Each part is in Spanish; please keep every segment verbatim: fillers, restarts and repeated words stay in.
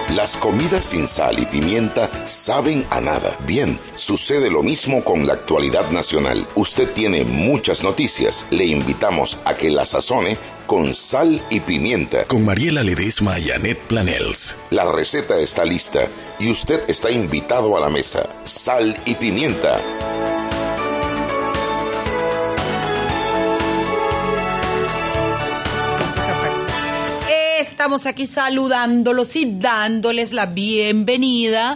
Las comidas sin sal y pimienta saben a nada. Bien, sucede lo mismo con la actualidad nacional. Usted tiene muchas noticias. Le invitamos a que la sazone con sal y pimienta. Con Mariela Ledesma y Annette Planels. La receta está lista y usted está invitado a la mesa. Sal y pimienta. Estamos aquí saludándolos y dándoles la bienvenida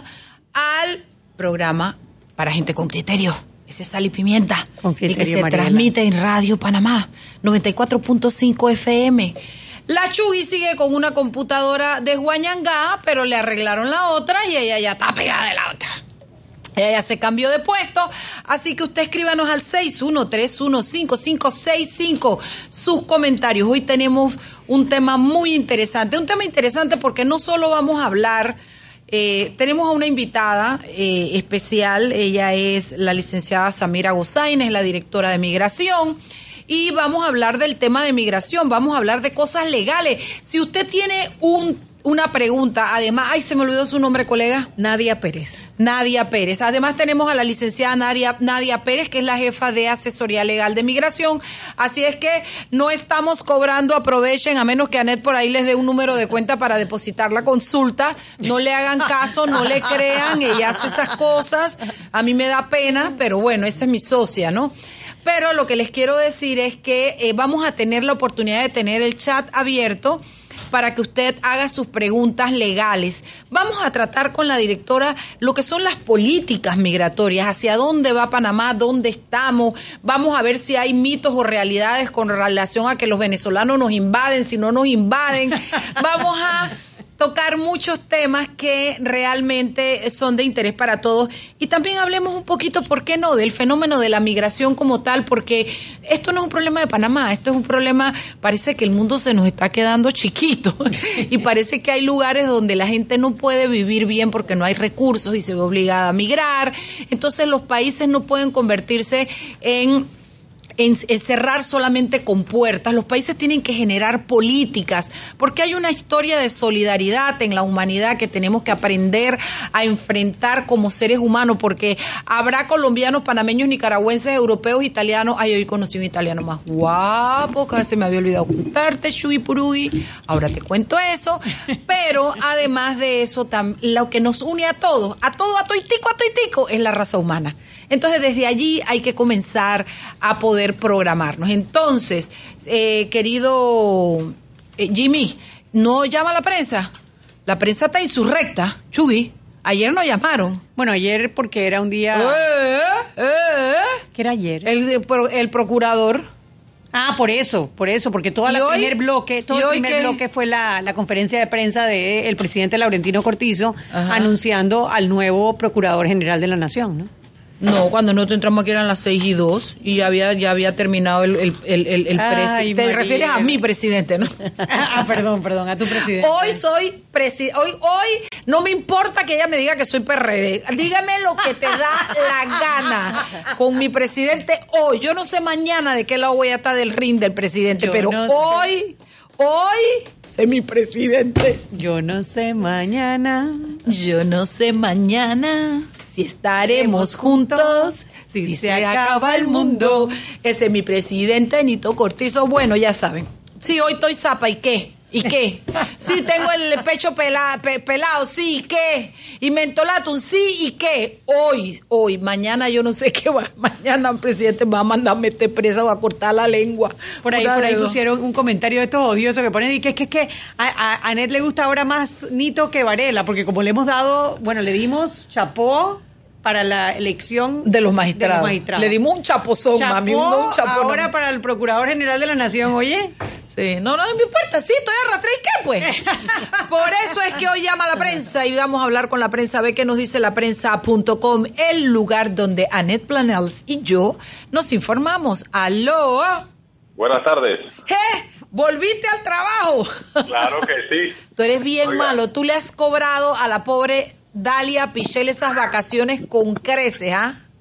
al programa para gente con criterio. Ese es Sal y Pimienta. Con criterio, el que se Mariela. transmite en Radio Panamá, noventa y cuatro punto cinco F M. La Chugui sigue con una computadora de Huañangá, pero le arreglaron la otra y ella ya está pegada de la otra. Ella ya se cambió de puesto, así que usted escríbanos al seis uno tres uno cinco cinco seis cinco sus comentarios. Hoy tenemos un tema muy interesante, un tema interesante porque no solo vamos a hablar, eh, tenemos a una invitada eh, especial, ella es la licenciada Samira Gozaine, es la directora de Migración. Y vamos a hablar del tema de migración, vamos a hablar de cosas legales. Si usted tiene un Una pregunta, además, ay, se me olvidó su nombre, colega. Nadia Pérez. Nadia Pérez. Además tenemos a la licenciada Nadia, Nadia Pérez, que es la jefa de asesoría legal de migración. Así es que no estamos cobrando, aprovechen, a menos que Annette por ahí les dé un número de cuenta para depositar la consulta. No le hagan caso, no le crean, ella hace esas cosas. A mí me da pena, pero bueno, esa es mi socia, ¿no? Pero lo que les quiero decir es que eh, vamos a tener la oportunidad de tener el chat abierto para que usted haga sus preguntas legales. Vamos a tratar con la directora lo que son las políticas migratorias, hacia dónde va Panamá, dónde estamos. Vamos a ver si hay mitos o realidades con relación a que los venezolanos nos invaden, si no nos invaden. Vamos a tocar muchos temas que realmente son de interés para todos. Y también hablemos un poquito, ¿por qué no?, del fenómeno de la migración como tal, porque esto no es un problema de Panamá, esto es un problema, parece que el mundo se nos está quedando chiquito y parece que hay lugares donde la gente no puede vivir bien porque no hay recursos y se ve obligada a migrar. Entonces los países no pueden convertirse en... En, en cerrar solamente con puertas. Los países tienen que generar políticas, porque hay una historia de solidaridad en la humanidad que tenemos que aprender a enfrentar como seres humanos, porque habrá colombianos, panameños, nicaragüenses, europeos, italianos. Ay, hoy conocí un italiano más guapo, que se me había olvidado contarte, Shui Purugi, ahora te cuento eso. Pero además de eso, tam, lo que nos une a todos, a todo, a toitico, a toitico, es la raza humana. Entonces, desde allí hay que comenzar a poder programarnos. Entonces, eh, querido eh, Jimmy, ¿no llama a la prensa? La prensa está insurrecta, Chugui. Ayer nos llamaron. Bueno, ayer porque era un día... Eh, eh, ¿Qué era ayer? El, el procurador. Ah, por eso, por eso, porque todo el primer bloque, todo el primer bloque fue la, la conferencia de prensa del presidente Laurentino Cortizo. Ajá. Anunciando al nuevo Procurador General de la Nación, ¿no? No, cuando nosotros entramos aquí eran las seis y dos y ya había, ya había terminado el, el, el, el, el presidente. Te refieres a mi presidente, ¿no? Ah, perdón, perdón, a tu presidente. Hoy soy presidente, hoy, hoy no me importa que ella me diga que soy P R D. Dígame lo que te da la gana con mi presidente hoy. Yo no sé mañana de qué lado voy a estar del ring del presidente, Yo pero no hoy, sé. hoy, sé mi presidente. Yo no sé mañana. Yo no sé mañana. Si estaremos juntos, si, si se, se acaba el mundo. Ese es mi presidente, Nito Cortizo. Bueno, ya saben. Sí, hoy estoy zapa, ¿y qué? ¿Y qué? Sí, tengo el pecho pela, pe, pelado, sí, ¿y qué? Y mentolatum, sí, ¿y qué? Hoy, hoy, mañana yo no sé qué va. Mañana el presidente me va a mandar a meter presa o a cortar la lengua. Por ahí, por ahí pusieron un comentario de todo odioso que ponen y que es que, que a, a, a Annette le gusta ahora más Nito que Varela, porque como le hemos dado, bueno, le dimos chapó para la elección de los magistrados. De los magistrados. Le dimos un chapozón, chapó, mami. Un chapón. Ahora para el Procurador General de la Nación, oye. Sí, no, no me importa, sí, estoy arrastrada, ¿y qué pues? Por eso es que hoy llama a la prensa y vamos a hablar con la prensa, ve qué nos dice la prensa punto com, el lugar donde Annette Planels y yo nos informamos. ¡Aló! Buenas tardes. ¿Eh? ¿Volviste al trabajo? Claro que sí. Tú eres bien Oiga. malo, tú le has cobrado a la pobre Dalia Pichel esas vacaciones con creces, ¿ah?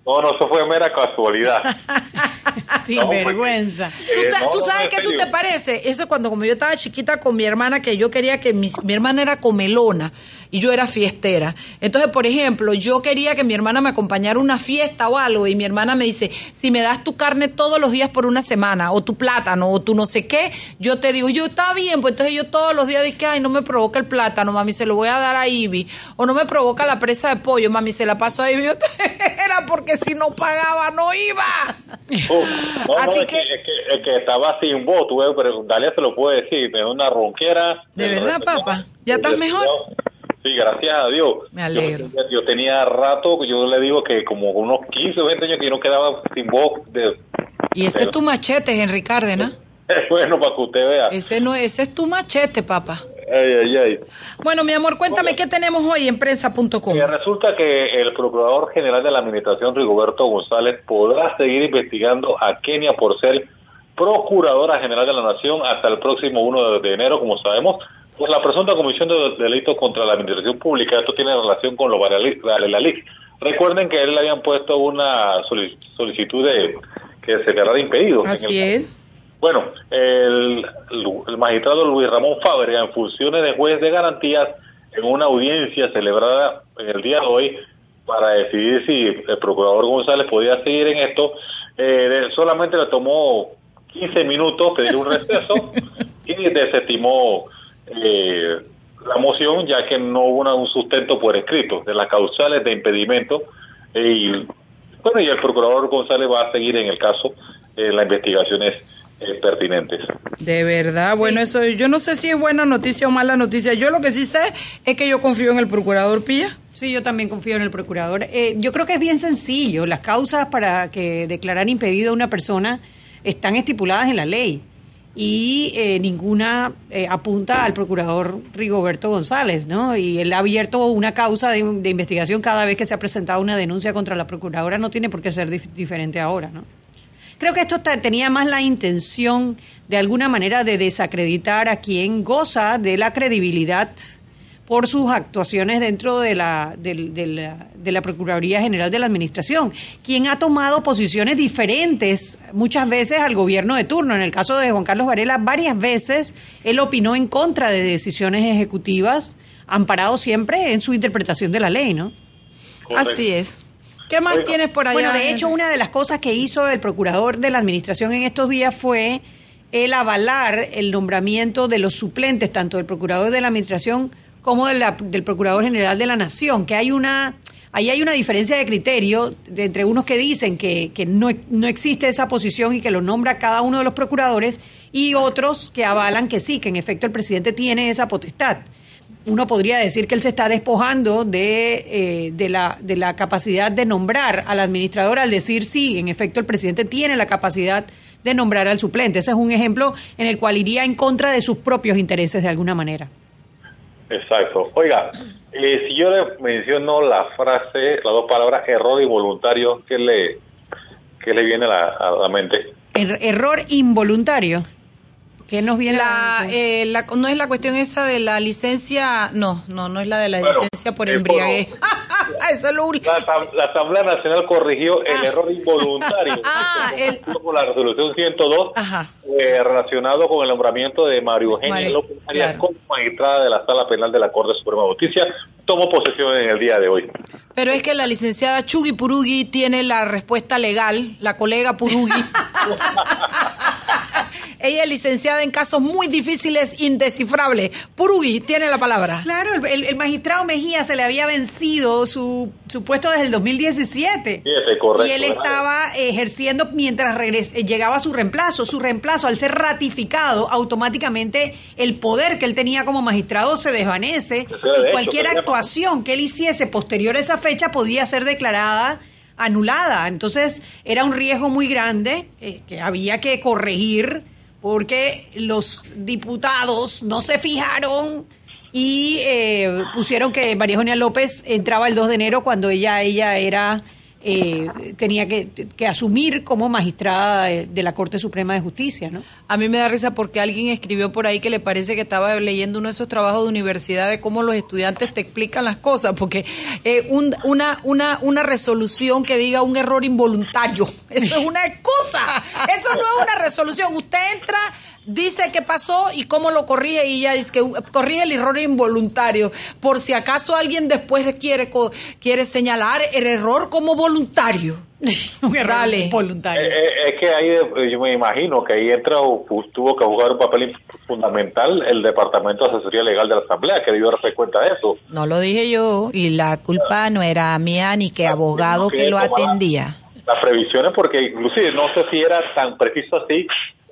No, no, eso fue mera casualidad. Sin no, vergüenza. Porque, ¿Tú, eh, no, tú no, sabes no, qué en tú serio. te parece? Eso cuando como yo estaba chiquita con mi hermana, que yo quería que mi, mi hermana era comelona y yo era fiestera. Entonces, por ejemplo, yo quería que mi hermana me acompañara a una fiesta o algo y mi hermana me dice, si me das tu carne todos los días por una semana o tu plátano o tu no sé qué, yo te digo, yo está bien, pues entonces yo todos los días dije, ay, no me provoca el plátano, mami, se lo voy a dar a Ivy, o no me provoca la presa de pollo, mami, se la paso a Ivy. Yo era porque si no pagaba no iba. Uf, no, Así no, es que- que, es que, es que estaba sin voz, tú ves, pero Dalia se lo puede decir, es una ronquera. ¿De del verdad, resfriado, papá? ¿Ya estás del mejor? resfriado. Sí, gracias a Dios. Me alegro. Yo, yo tenía rato, yo le digo que como unos quince o veinte años que yo no quedaba sin voz. De, Y ese de- es tu machete, Henry Cárdenas. Bueno, para que usted vea. Ese no, ese es tu machete, papá. Ay, ay, ay. Bueno, mi amor, cuéntame qué tenemos hoy en prensa punto com. Eh, resulta que el Procurador General de la Administración, Rigoberto González, podrá seguir investigando a Kenia por ser Procuradora General de la Nación hasta el próximo uno de enero, como sabemos, por la presunta comisión de delitos contra la administración pública. Esto tiene relación con los Valelalic. Recuerden que a él le habían puesto una solic- solicitud de que se quedara impedido. Así en el- es. Bueno, el, el magistrado Luis Ramón Fábrega, en funciones de juez de garantías, en una audiencia celebrada en el día de hoy para decidir si el procurador González podía seguir en esto, eh, solamente le tomó quince minutos pedir un receso y desestimó eh, la moción, ya que no hubo una- un sustento por escrito de las causales de impedimento. eh, y bueno, y el procurador González va a seguir en el caso eh, las investigaciones eh, pertinentes. De verdad, bueno, eso yo no sé si es buena noticia o mala noticia. Yo lo que sí sé es que yo confío en el procurador Pía. Sí, yo también confío en el procurador. Eh, yo creo que es bien sencillo. Las causas para que declarar impedida a una persona están estipuladas en la ley y eh, ninguna eh, apunta al procurador Rigoberto González, ¿no? Y él ha abierto una causa de, de investigación cada vez que se ha presentado una denuncia contra la procuradora. No tiene por qué ser dif- diferente ahora, ¿no? Creo que esto te- tenía más la intención, de alguna manera, de desacreditar a quien goza de la credibilidad por sus actuaciones dentro de la, del- de, la, de la Procuraduría General de la Administración, quien ha tomado posiciones diferentes muchas veces al gobierno de turno. En el caso de Juan Carlos Varela, varias veces él opinó en contra de decisiones ejecutivas, amparado siempre en su interpretación de la ley, ¿no? Correcto. Así es. ¿Qué más Oiga. tienes por allá? Bueno, de hecho, una de las cosas que hizo el procurador de la Administración en estos días fue el avalar el nombramiento de los suplentes, tanto del procurador de la Administración como de la- del Procurador General de la Nación, que hay una... Ahí hay una diferencia de criterio de entre unos que dicen que, que no, no existe esa posición y que lo nombra cada uno de los procuradores y otros que avalan que sí, que en efecto el presidente tiene esa potestad. Uno podría decir que él se está despojando de, eh, de, la, de la capacidad de nombrar al administrador al decir sí, en efecto el presidente tiene la capacidad de nombrar al suplente. Ese es un ejemplo en el cual iría en contra de sus propios intereses de alguna manera. Exacto. Oiga, eh, si yo le menciono la frase, las dos palabras error involuntario, ¿qué le, qué le viene a la, a la mente? Er- error involuntario. ¿Qué nos viene La, a la eh, la, no es la cuestión esa de la licencia, no, no, no es la de la Bueno, licencia por eh, embriaguez. Eso es lo único. La, asam- la Asamblea Nacional corrigió el Ah. error involuntario Ah, el- con la resolución ciento dos Ajá. eh, relacionado con el nombramiento de Mario Eugenia Mari- López Arias claro. como magistrada de la Sala Penal de la Corte Suprema de Justicia. Tomó posesión en el día de hoy. Pero es que la licenciada Chugui Purugui tiene la respuesta legal, la colega Purugui. Ella es licenciada en casos muy difíciles, indescifrables. Purugui tiene la palabra. Claro, el, el- el magistrado Mejía se le había vencido su, su puesto desde el dos mil diecisiete. Fíjate, correcto, Y él ¿verdad? estaba ejerciendo mientras regres- eh, llegaba su reemplazo. Su reemplazo, al ser ratificado, automáticamente el poder que él tenía como magistrado se desvanece. Eso era de Y hecho, cualquier que se llama. actuación que él hiciese posterior a esa fecha podía ser declarada anulada. Entonces era un riesgo muy grande eh, que había que corregir porque los diputados no se fijaron y eh, pusieron que María Eugenia López entraba el dos de enero cuando ella, ella era eh, tenía que, que asumir como magistrada de, de la Corte Suprema de Justicia, ¿no? A mí me da risa porque alguien escribió por ahí que le parece que estaba leyendo uno de esos trabajos de universidad de cómo los estudiantes te explican las cosas, porque eh, un, una, una, una resolución que diga un error involuntario, eso es una excusa, eso no es una resolución. Usted entra, dice qué pasó y cómo lo corrige y ya dice que corrige el error involuntario, por si acaso alguien después quiere, quiere señalar el error como voluntario. Un error Dale. voluntario. Eh, es que ahí yo me imagino que ahí entra, pues, tuvo que jugar un papel fundamental el Departamento de Asesoría Legal de la Asamblea, que debió darse cuenta de eso. No lo dije yo, y la culpa no era mía ni que abogado que lo atendía. Las previsiones, porque inclusive no sé si era tan preciso así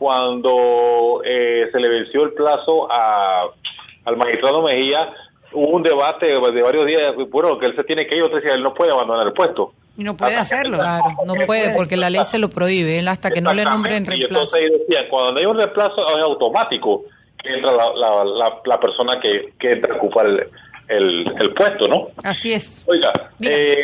cuando eh, se le venció el plazo a al magistrado Mejía. Hubo un debate de varios días, bueno, que él se tiene que ir, otro decía, él no puede abandonar el puesto. Y no puede hasta hacerlo. Claro, no puede porque la ley se lo prohíbe, él hasta que no le nombren reemplazo. Y entonces ahí decían, cuando hay un reemplazo es automático que entra la, la, la, la persona que, que entra a ocupar el, el, el puesto, ¿no? Así es. Oiga, eh,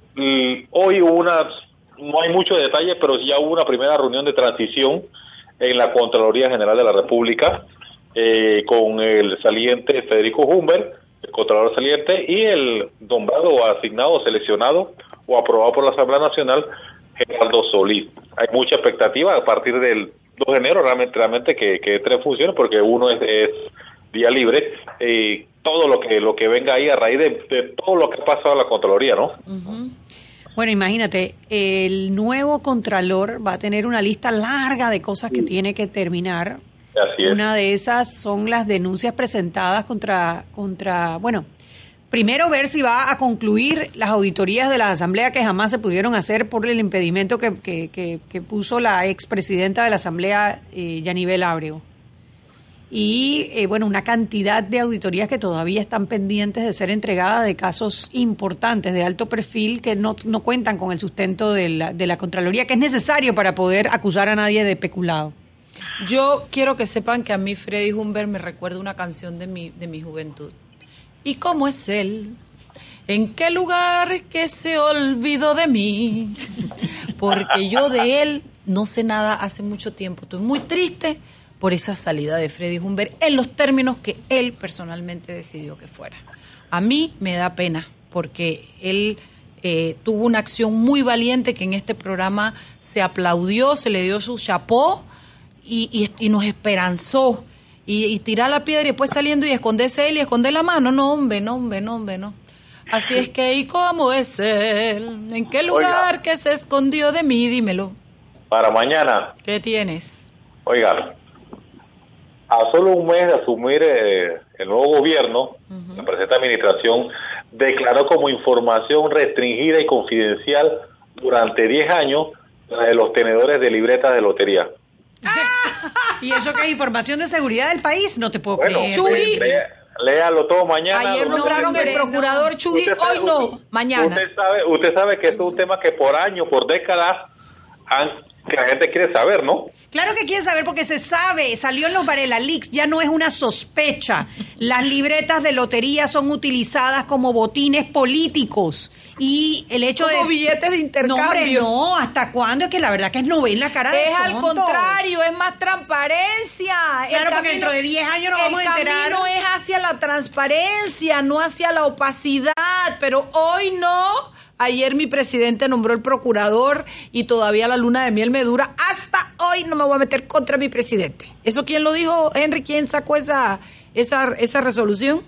hoy hubo una, no hay muchos detalles, pero ya hubo una primera reunión de transición en la Contraloría General de la República eh, con el saliente Federico Humbert, el Contralor saliente, y el nombrado o asignado, seleccionado o aprobado por la Asamblea Nacional, Gerardo Solís. Hay mucha expectativa a partir del dos de enero realmente, realmente que, que entre en funciones, porque uno es, es día libre, y todo lo que lo que venga ahí a raíz de, de todo lo que ha pasado en la Contraloría, ¿no? Uh-huh. Bueno, imagínate, el nuevo Contralor va a tener una lista larga de cosas que sí. tiene que terminar. Así es. Una de esas son las denuncias presentadas contra, contra, bueno, primero ver si va a concluir las auditorías de la Asamblea que jamás se pudieron hacer por el impedimento que, que, que, que puso la expresidenta de la Asamblea, eh, Yanibel Ábrego. Y, eh, bueno, una cantidad de auditorías que todavía están pendientes de ser entregadas de casos importantes, de alto perfil, que no, no cuentan con el sustento de la, de la Contraloría, que es necesario para poder acusar a nadie de peculado. Yo quiero que sepan que a mí Freddy Humbert me recuerda una canción de mi, de mi juventud. ¿Y cómo es él? ¿En qué lugar que se olvidó de mí? Porque yo de él no sé nada hace mucho tiempo. Estoy muy triste por esa salida de Freddy Humbert en los términos que él personalmente decidió que fuera. A mí me da pena porque él eh, tuvo una acción muy valiente que en este programa se aplaudió, se le dio su chapó y, y, y nos esperanzó. Y, y tirar la piedra y después saliendo y esconderse él y esconder la mano. No, hombre, no, hombre, no, hombre, no. Así es que, ¿y cómo es él? ¿En qué lugar Oiga, que se escondió de mí? Dímelo. Para mañana. ¿Qué tienes? Oiga, a solo un mes de asumir eh, el nuevo gobierno, uh-huh. la presente administración declaró como información restringida y confidencial durante diez años la de los tenedores de libretas de lotería. ¿Y eso que es información de seguridad del país? No te puedo bueno, creer. Chugui, lea, léalo todo mañana. Ayer nombraron el procurador Chugui, hoy no, usted, mañana. Usted sabe, usted sabe que es un tema que por años, por décadas, han, que la gente quiere saber, ¿no? Claro que quiere saber porque se sabe, salió en los Varela Leaks, ya no es una sospecha. Las libretas de lotería son utilizadas como botines políticos. Y el hecho como de... billetes de intercambio. No, hombre, no, ¿hasta cuándo? Es que la verdad que es no ven la cara de Es al tontos. contrario, es más transparencia. Claro, el porque camino, dentro de diez años nos vamos a enterar. El camino es hacia la transparencia, no hacia la opacidad, pero hoy no. Ayer mi presidente nombró el procurador y todavía la luna de miel me dura. Hasta hoy no me voy a meter contra mi presidente. ¿Eso quién lo dijo, Henry? ¿Quién sacó esa, esa, esa resolución?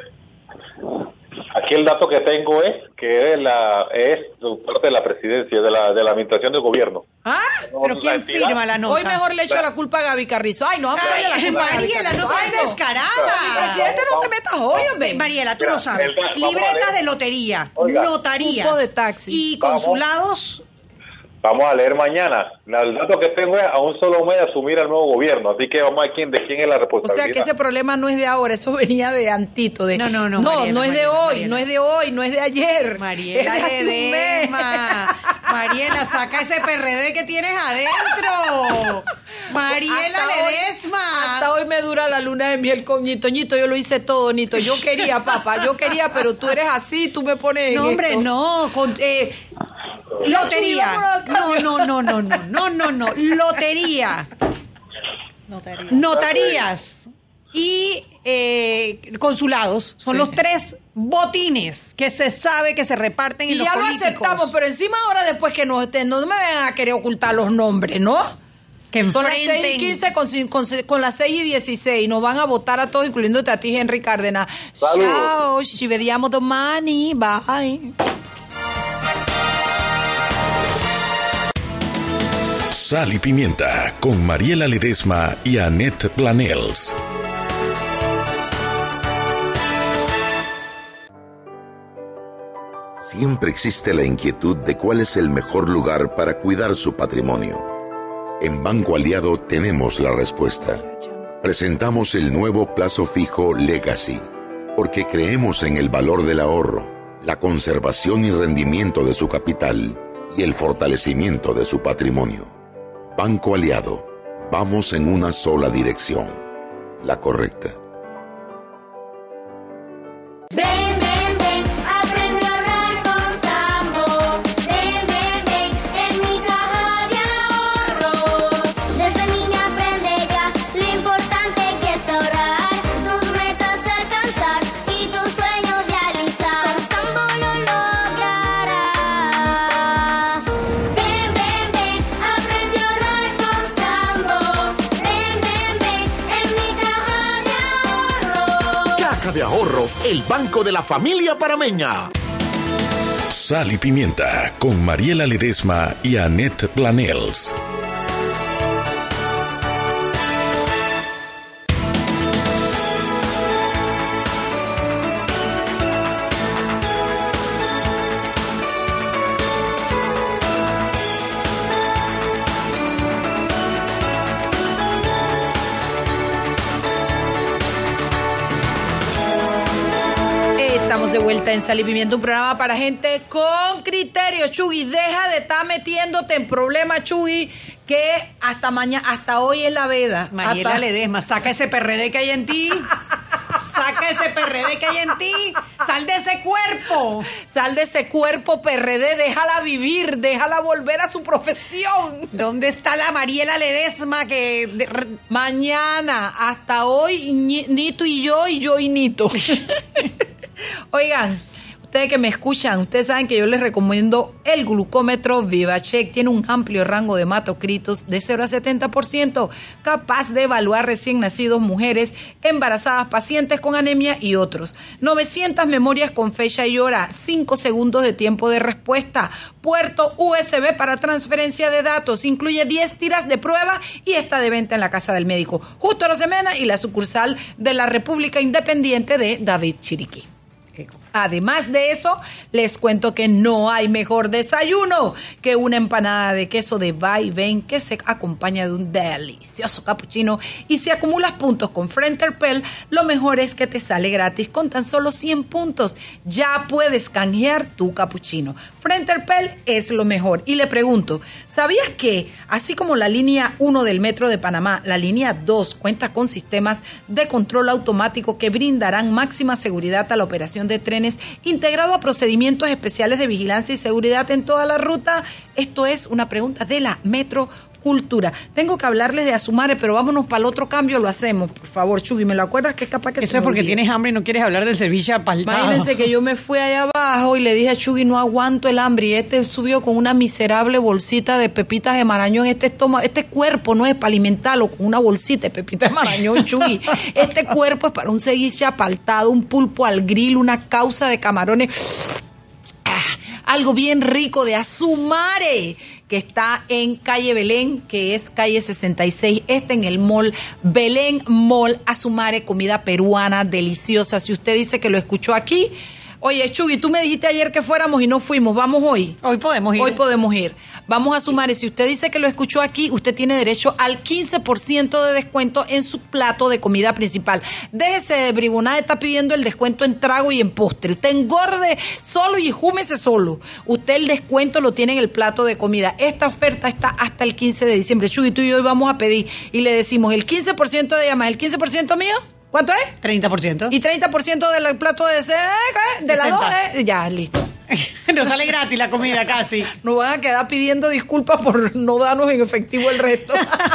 Aquí el dato que tengo es que es, la, es parte de la presidencia, de la, de la administración del gobierno. ¿Ah? No, ¿pero quién firma la nota? Hoy mejor le echo la culpa a Gaby Carrizo. Ay, no, Ay, la culpa Mariela, no seas descarada. Mi presidente no te metas hoy, hombre. Mariela, tú lo sabes. Libretas de lotería, Oiga, notarías cupo de taxi. Y consulados... Vamos a leer mañana. El dato que tengo es a un solo mes de asumir al nuevo gobierno, así que vamos a ver quién, de quién es la responsabilidad. O sea que ese problema no es de ahora, eso venía de antito. De, no, no, no. No, Mariela, no es Mariela, de hoy, Mariela. no es de hoy, no es de ayer. Mariela, es de hace un mes. Mariela, saca ese P R D que tienes adentro. Mariela hasta Ledesma. Hoy, hasta hoy me dura la luna de miel con Ñito. Ñito, yo lo hice todo, Ñito. Yo quería, papá, yo quería, pero tú eres así, tú me pones No, en hombre, esto. no. Con, eh, Lotería. No, no, no, no, no, no, no, no. Lotería. Notarías. Notarías y eh, consulados son sí. los tres botines que se sabe que se reparten y en los ya políticos. Lo aceptamos, pero encima ahora después que no estén, no me van a querer ocultar los nombres, ¿no? Que son las seis y quince con, con, con las seis y dieciséis. Nos van a votar a todos, incluyéndote a ti, Henry Cárdenas. Saludos. Chao, ci vediamo domani. Bye. Sal y Pimienta con Mariela Ledesma y Annette Planels. Siempre existe la inquietud de cuál es el mejor lugar para cuidar su patrimonio. En Banco Aliado tenemos la respuesta. Presentamos el nuevo plazo fijo Legacy, porque creemos en el valor del ahorro, la conservación y rendimiento de su capital y el fortalecimiento de su patrimonio. Banco Aliado, vamos en una sola dirección, la correcta. Ven, ven, ven, aprende a ahorrar con Sambo. Ven, ven, ven, en mi caja de ahorros. Desde niña aprende ya, lo importante que es ahorrar. Tus metas alcanzar y tus sueños realizar. Con Sambo lo lograrás. Ven, ven, ven, aprende a ahorrar con Sambo. Ven, ven, ven, en mi caja de ahorros. Caja de Ahorros, el banco de la familia parameña. Sal y Pimienta con Mariela Ledesma y Annette Planels. Estamos de vuelta en Sal y Pimienta, un programa para gente con criterio. Chugui, deja de estar metiéndote en problemas, Chugui, que hasta mañana, hasta hoy es la veda. Mariela hasta... Ledesma, saca ese P R D que hay en ti. Saca ese P R D que hay en ti. Sal de ese cuerpo. Sal de ese cuerpo P R D, déjala vivir, déjala volver a su profesión. ¿Dónde está la Mariela Ledesma que... De... Mañana, hasta hoy, Nito y yo, y yo y Nito. Oigan, ustedes que me escuchan, ustedes saben que yo les recomiendo el glucómetro VivaCheck. Tiene un amplio rango de hematocritos de cero a setenta por ciento, capaz de evaluar recién nacidos, mujeres, embarazadas, pacientes con anemia y otros. novecientas memorias con fecha y hora, cinco segundos de tiempo de respuesta, puerto U S B para transferencia de datos, incluye diez tiras de prueba y está de venta en la casa del médico Justo Rosemena y la sucursal de la República Independiente de David Chiriquí. Además de eso, les cuento que no hay mejor desayuno que una empanada de queso de va y ven que se acompaña de un delicioso capuchino. Y si acumulas puntos con Frenterpel, lo mejor es que te sale gratis con tan solo cien puntos. Ya puedes canjear tu capuchino. Frenterpel es lo mejor. Y le pregunto, ¿sabías que así como la línea uno del Metro de Panamá, la línea dos cuenta con sistemas de control automático que brindarán máxima seguridad a la operación de trenes integrado a procedimientos especiales de vigilancia y seguridad en toda la ruta? Esto es una pregunta de la Metro Cultura. Tengo que hablarles de Asumare, pero vámonos para el otro cambio, lo hacemos, por favor, Chugui, ¿me lo acuerdas? Que es capaz que Eso se es porque olvide. Tienes hambre y no quieres hablar del servicio apaltado. Imagínense que yo me fui allá abajo y le dije a Chugui, no aguanto el hambre, y este subió con una miserable bolsita de pepitas de marañón. Este estómago, este cuerpo no es para alimentarlo con una bolsita de pepitas de marañón, Chugui. Este cuerpo es para un ceviche apaltado, un pulpo al grill, una causa de camarones, algo bien rico de Asumare, que está en calle Belén, que es calle sesenta y seis, este en el mall Belén Mall. Asumare, comida peruana deliciosa. Si usted dice que lo escuchó aquí, oye, Chugui, tú me dijiste ayer que fuéramos y no fuimos, ¿vamos hoy? Hoy podemos ir. Hoy podemos ir. Vamos a sumar, y si usted dice que lo escuchó aquí, usted tiene derecho al quince por ciento de descuento en su plato de comida principal. Déjese de bribonada, está pidiendo el descuento en trago y en postre. Usted engorde solo y júmese solo. Usted el descuento lo tiene en el plato de comida. Esta oferta está hasta el quince de diciembre. Chugui, tú y yo hoy vamos a pedir y le decimos el quince por ciento de llamadas, el quince por ciento mío. ¿Cuánto es? treinta por ciento. Y treinta por ciento del plato de, de la dos, ¿eh? Ya, listo. Nos sale gratis la comida casi. Nos van a quedar pidiendo disculpas por no darnos en efectivo el resto.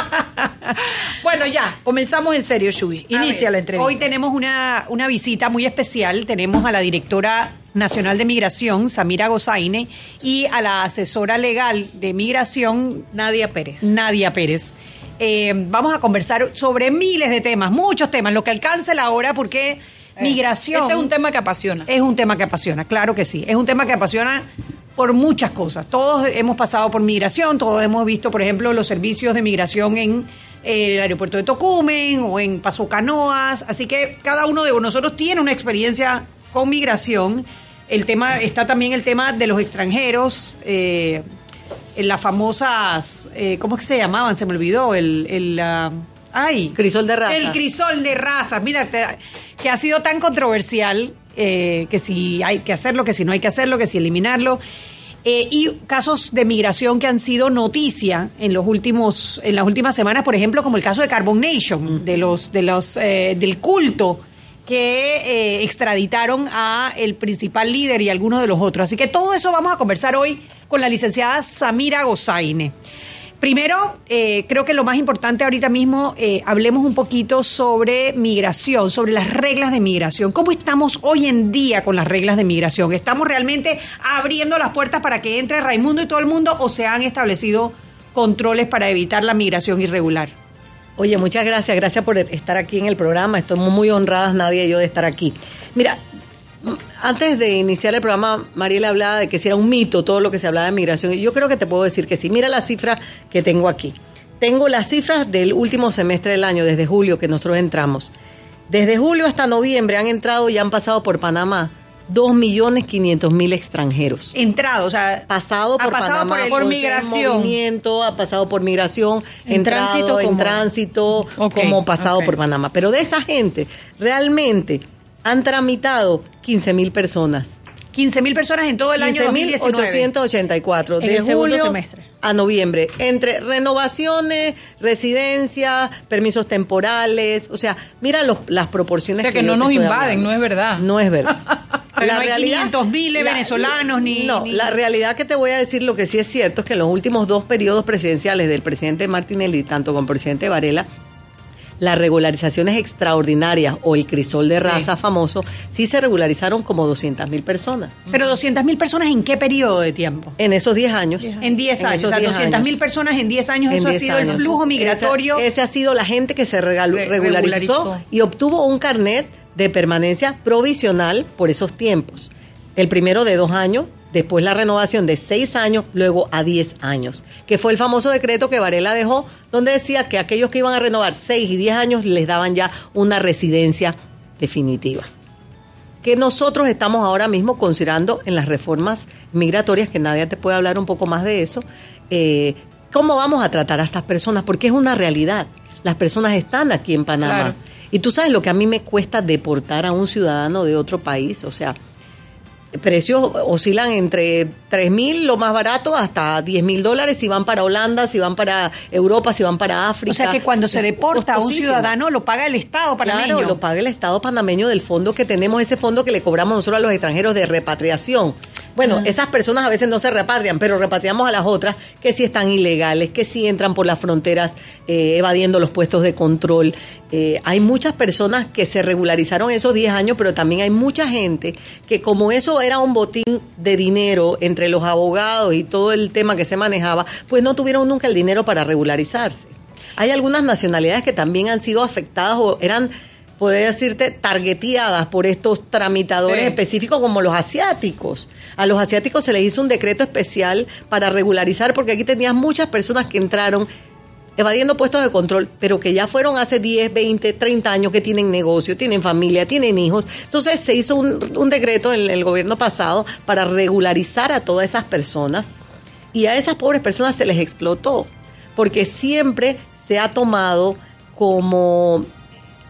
Bueno, ya, comenzamos en serio, Shubi. Inicia la entrevista. Hoy tenemos una, una visita muy especial. Tenemos a la directora nacional de Migración, Samira Gozaine, y a la asesora legal de Migración, Nadia Pérez. Nadia Pérez. Eh, vamos a conversar sobre miles de temas, muchos temas, lo que alcance la hora, porque eh, migración... Este es un tema que apasiona. Es un tema que apasiona, claro que sí. Es un tema que apasiona por muchas cosas. Todos hemos pasado por migración, todos hemos visto, por ejemplo, los servicios de migración en eh, el aeropuerto de Tocumen o en Paso Canoas. Así que cada uno de nosotros tiene una experiencia con migración. El tema, está también el tema de los extranjeros, eh, en las famosas, eh, ¿cómo es que se llamaban? Se me olvidó, el... el uh, ay, crisol de raza. El crisol de raza, mira, te, que ha sido tan controversial, eh, que si hay que hacerlo, que si no hay que hacerlo, que si eliminarlo. Eh, y casos de migración que han sido noticia en los últimos, en las últimas semanas, por ejemplo, como el caso de Carbon Nation, mm. de los, de los, eh, del culto que eh, extraditaron a el principal líder y algunos de los otros. Así que todo eso vamos a conversar hoy con la licenciada Samira Gozaine. Primero, eh, creo que lo más importante ahorita mismo, eh, hablemos un poquito sobre migración, sobre las reglas de migración. ¿Cómo estamos hoy en día con las reglas de migración? ¿Estamos realmente abriendo las puertas para que entre Raimundo y todo el mundo, o se han establecido controles para evitar la migración irregular? Oye, muchas gracias, gracias por estar aquí en el programa. Estamos muy honradas, Nadia y yo, de estar aquí. Mira, antes de iniciar el programa, Mariela hablaba de que si era un mito todo lo que se hablaba de migración. Y yo creo que te puedo decir que sí. Mira las cifras que tengo aquí. Tengo las cifras del último semestre del año, desde julio que nosotros entramos. Desde julio hasta noviembre han entrado y han pasado por Panamá dos millones quinientos mil extranjeros. Entrado, o sea, pasado por ha pasado Panamá, por, el, por migración. Movimiento, ha pasado por migración, en entrado, tránsito, en como, tránsito, okay, como pasado okay. por Panamá. Pero de esa gente, realmente han tramitado quince mil personas. quince mil personas en todo el año dos mil diecinueve. quince mil ochocientos ochenta y cuatro. En de el segundo julio semestre. A noviembre. Entre renovaciones, residencias, permisos temporales. O sea, mira los, las proporciones. O sea, que, que no yo nos te estoy invaden, hablando. no es verdad. No es verdad. Pero la no hay realidad, quinientos mil venezolanos ni... No, ni... la realidad que te voy a decir, lo que sí es cierto es que en los últimos dos periodos presidenciales del presidente Martinelli, tanto con el presidente Varela, las regularizaciones extraordinarias o el crisol de raza sí. famoso, sí se regularizaron como doscientas mil personas. ¿Pero doscientas mil personas en qué periodo de tiempo? En esos diez años. En diez años, o sea, doscientas mil personas en diez años, en eso ha sido años. El flujo migratorio. Ese, ese ha sido la gente que se regaló, Re regularizó, regularizó y obtuvo un carnet de permanencia provisional por esos tiempos. El primero de dos años, después la renovación de seis años, luego a diez años, que fue el famoso decreto que Varela dejó, donde decía que aquellos que iban a renovar seis y diez años les daban ya una residencia definitiva. Que nosotros estamos ahora mismo considerando en las reformas migratorias, que Nadia te puede hablar un poco más de eso, eh, cómo vamos a tratar a estas personas, porque es una realidad. Las personas están aquí en Panamá. Claro. Y tú sabes lo que a mí me cuesta deportar a un ciudadano de otro país, o sea, precios oscilan entre tres mil, lo más barato, hasta diez mil dólares si van para Holanda, si van para Europa, si van para África. O sea que cuando se deporta a un ciudadano lo paga el Estado panameño. Claro, lo paga el Estado panameño del fondo que tenemos, ese fondo que le cobramos nosotros a los extranjeros de repatriación. Bueno, ah. esas personas a veces no se repatrian, pero repatriamos a las otras que sí están ilegales, que sí entran por las fronteras eh, evadiendo los puestos de control. Eh, hay muchas personas que se regularizaron esos diez años, pero también hay mucha gente que, como eso era un botín de dinero entre los abogados y todo el tema que se manejaba, pues no tuvieron nunca el dinero para regularizarse. Hay algunas nacionalidades que también han sido afectadas o eran, podría decirte, targeteadas por estos tramitadores sí. específicos, como los asiáticos. A los asiáticos se les hizo un decreto especial para regularizar, porque aquí tenías muchas personas que entraron evadiendo puestos de control, pero que ya fueron hace diez, veinte, treinta años, que tienen negocio, tienen familia, tienen hijos. Entonces se hizo un, un decreto en el gobierno pasado para regularizar a todas esas personas, y a esas pobres personas se les explotó, porque siempre se ha tomado como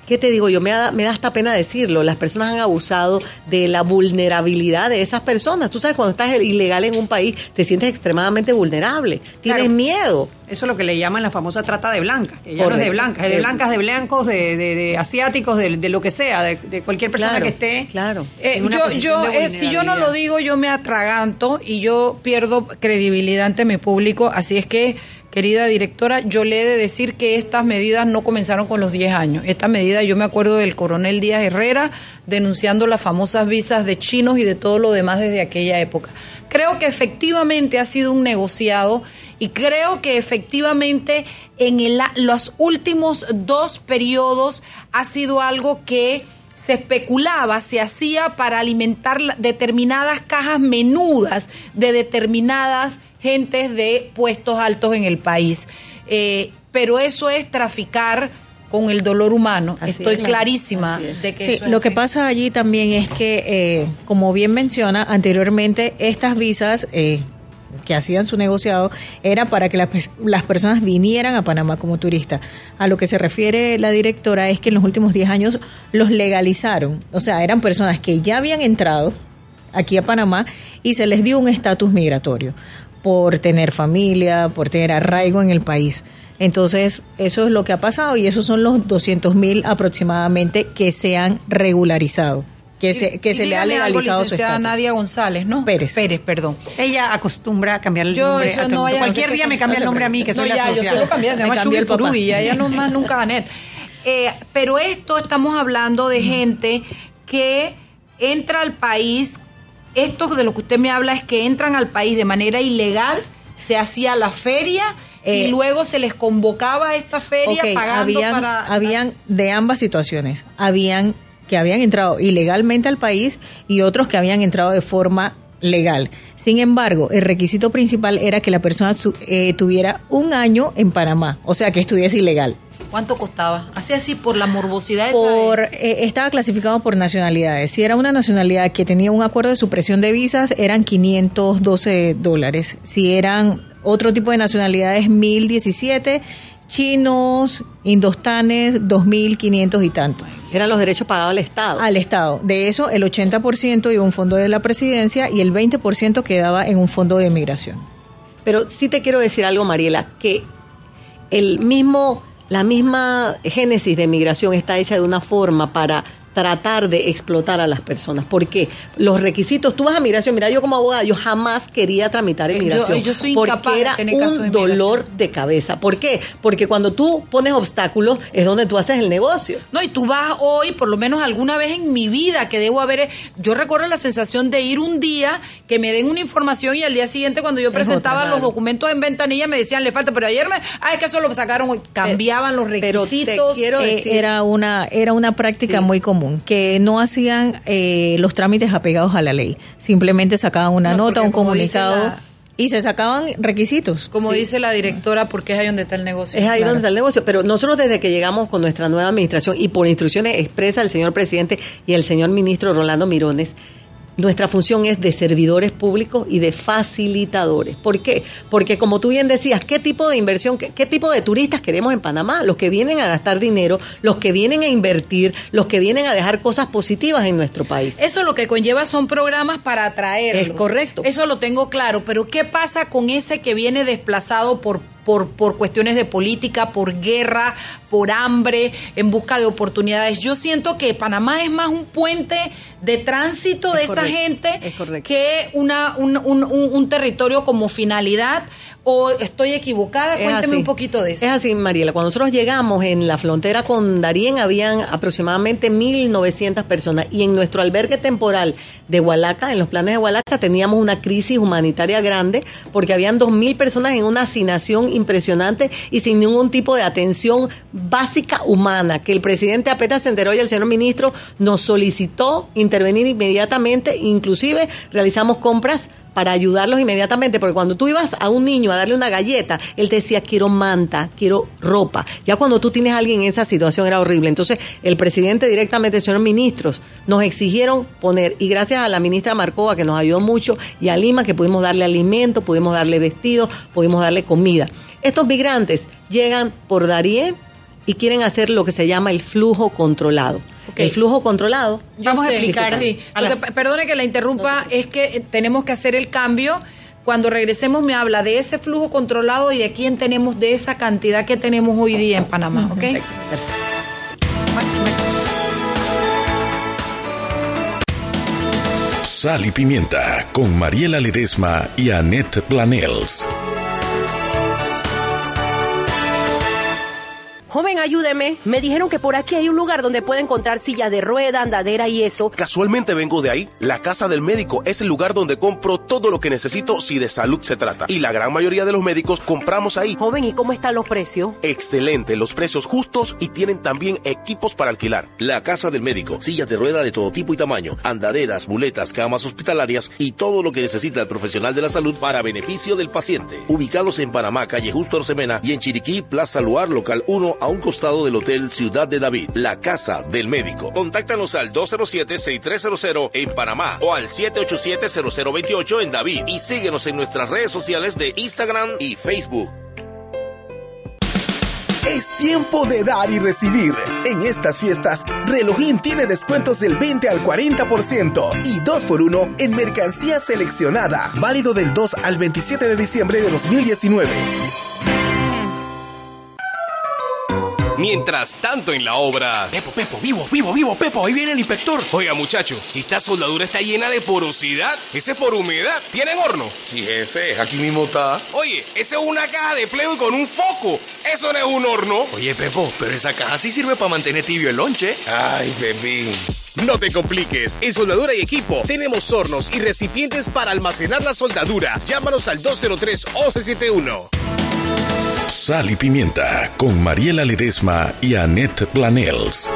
¿qué te digo yo? Me da, me da hasta pena decirlo. Las personas han abusado de la vulnerabilidad de esas personas. Tú sabes, cuando estás ilegal en un país, te sientes extremadamente vulnerable. Tienes claro. miedo. Eso es lo que le llaman la famosa trata de blancas, que ya Correcto. no es de blancas, es de blancas, de blancos, de, de, de asiáticos, de, de lo que sea, de, de cualquier persona claro, que esté claro. Eh, en una yo, yo, de eh, si yo no lo digo, yo me atraganto y yo pierdo credibilidad ante mi público, así es que, querida directora, yo le he de decir que estas medidas no comenzaron con los diez años. Estas medidas, yo me acuerdo del coronel Díaz Herrera denunciando las famosas visas de chinos y de todo lo demás desde aquella época. Creo que efectivamente ha sido un negociado y creo que efectivamente en el, los últimos dos periodos ha sido algo que se especulaba, se hacía para alimentar determinadas cajas menudas de determinadas gentes de puestos altos en el país. Eh, pero eso es traficar con el dolor humano. Así Estoy es, clarísima de que sí, eso es lo así. que pasa allí también es que, eh, como bien menciona anteriormente, estas visas eh, que hacían su negociado era para que las, las personas vinieran a Panamá como turistas. A lo que se refiere la directora es que en los últimos diez años los legalizaron. O sea, eran personas que ya habían entrado aquí a Panamá y se les dio un estatus migratorio por tener familia, por tener arraigo en el país. Entonces, eso es lo que ha pasado y esos son los doscientos mil aproximadamente que se han regularizado, que se que se le ha legalizado su estatus. Nadia González, ¿no? Pérez. Pérez, perdón. Ella acostumbra a cambiar el yo, nombre yo a no todo. Cualquier no día me cambia el nombre a mí, que soy no, la ya, asociada. Yo se lo cambié, se llama Chubi Purú y ella no más nunca Anet. Eh, pero esto estamos hablando de gente que entra al país. Esto de lo que usted me habla es que entran al país de manera ilegal, se hacía la feria eh, y luego se les convocaba a esta feria okay, pagando habían, para... Habían de ambas situaciones, habían que habían entrado ilegalmente al país y otros que habían entrado de forma legal. Sin embargo, el requisito principal era que la persona eh, tuviera un año en Panamá, o sea, que estuviese ilegal. ¿Cuánto costaba? Así así por la morbosidad. Por eh, estaba clasificado por nacionalidades. Si era una nacionalidad que tenía un acuerdo de supresión de visas, eran quinientos doce dólares. Si eran otro tipo de nacionalidades, mil diecisiete. Chinos, indostanes, dos mil quinientos y tanto. Eran los derechos pagados al Estado. Al Estado. De eso, el ochenta por ciento iba a un fondo de la presidencia y el veinte por ciento quedaba en un fondo de migración. Pero sí te quiero decir algo, Mariela, que el mismo, la misma génesis de migración está hecha de una forma para tratar de explotar a las personas. ¿Por qué? Los requisitos, tú vas a migración, mira, yo como abogada, yo jamás quería tramitar en migración. Yo, yo soy incapaz porque era de tener caso de un dolor de cabeza. ¿Por qué? Porque cuando tú pones obstáculos es donde tú haces el negocio. No, y tú vas hoy, por lo menos alguna vez en mi vida que debo haber, yo recuerdo la sensación de ir un día, que me den una información y al día siguiente cuando yo presentaba otra, los documentos en ventanilla me decían, le falta, pero ayer me, ah, es que eso lo sacaron hoy, cambiaban eh, los requisitos. Pero te quiero eh, decir, era una, era una práctica sí. muy común, que no hacían eh, los trámites apegados a la ley, simplemente sacaban una no, nota, un comunicado la, y se sacaban requisitos. Como sí. dice la directora, porque es ahí donde está el negocio. Es ahí claro. donde está el negocio, pero nosotros desde que llegamos con nuestra nueva administración y por instrucciones expresas del señor presidente y el señor ministro Rolando Mirones, nuestra función es de servidores públicos y de facilitadores. ¿Por qué? Porque como tú bien decías, ¿qué tipo de inversión, qué, qué tipo de turistas queremos en Panamá? Los que vienen a gastar dinero, los que vienen a invertir, los que vienen a dejar cosas positivas en nuestro país. Eso lo que conlleva son programas para atraerlos. Es correcto. Eso lo tengo claro, pero ¿qué pasa con ese que viene desplazado por Por, por cuestiones de política, por guerra, por hambre, en busca de oportunidades? Yo siento que Panamá es más un puente de tránsito de esa gente que una un, un, un, un territorio como finalidad. ¿O estoy equivocada? Es Cuénteme así. un poquito de eso. Es así, Mariela. Cuando nosotros llegamos en la frontera con Darién, habían aproximadamente mil novecientas personas. Y en nuestro albergue temporal de Hualaca, en los planes de Hualaca, teníamos una crisis humanitaria grande porque habían dos mil personas en una hacinación impresionante y sin ningún tipo de atención básica humana, que el presidente apenas se enteró y el señor ministro nos solicitó intervenir inmediatamente, inclusive realizamos compras para ayudarlos inmediatamente, porque cuando tú ibas a un niño a darle una galleta, él te decía, quiero manta, quiero ropa. Ya cuando tú tienes a alguien en esa situación era horrible. Entonces, el presidente directamente, el señor ministros, nos exigieron poner, y gracias a la ministra Marcova, que nos ayudó mucho, y a Lima, que pudimos darle alimento, pudimos darle vestidos, pudimos darle comida. Estos migrantes llegan por Darién y quieren hacer lo que se llama el flujo controlado. Okay. El flujo controlado. Yo Vamos sé, a explicar. Sí. Lo que, perdone que la interrumpa, es que tenemos que hacer el cambio. Cuando regresemos me habla de ese flujo controlado y de quién tenemos, de esa cantidad que tenemos hoy día en Panamá, ¿ok? Perfecto. Sal y Pimienta con Mariela Ledesma y Annette Planels. Joven, ayúdeme. Me dijeron que por aquí hay un lugar donde puede encontrar silla de rueda, andadera y eso. Casualmente vengo de ahí. La Casa del Médico es el lugar donde compro todo lo que necesito si de salud se trata. Y la gran mayoría de los médicos compramos ahí. Joven, ¿y cómo están los precios? Excelente, los precios justos y tienen también equipos para alquilar. La Casa del Médico, sillas de rueda de todo tipo y tamaño, andaderas, muletas, camas hospitalarias y todo lo que necesita el profesional de la salud para beneficio del paciente. Ubicados en Panamá, calle Justo Arsemena, y en Chiriquí, Plaza Luar, local uno, a un costado del Hotel Ciudad de David. La Casa del Médico. Contáctanos al dos cero siete, seis tres cero cero en Panamá o al siete ocho siete, cero cero dos ocho en David. Y síguenos en nuestras redes sociales de Instagram y Facebook. Es tiempo de dar y recibir. En estas fiestas, Relojín tiene descuentos del veinte al cuarenta por ciento y dos por uno en mercancía seleccionada. Válido del dos al veintisiete de diciembre de dos mil diecinueve. Mientras tanto en la obra... Pepo, Pepo, vivo, vivo, vivo, Pepo, ahí viene el inspector. Oiga, muchacho, esta soldadura está llena de porosidad. Ese es por humedad. ¿Tienen horno? Sí, jefe, aquí mismo está. Oye, esa es una caja de Playboy con un foco. Eso no es un horno. Oye, Pepo, pero esa caja sí sirve para mantener tibio el lonche. Ay, Pepín. No te compliques, en Soldadura y Equipo tenemos hornos y recipientes para almacenar la soldadura. Llámanos al dos cero tres, once setenta y uno. Sal y Pimienta con Mariela Ledesma y Annette Planels.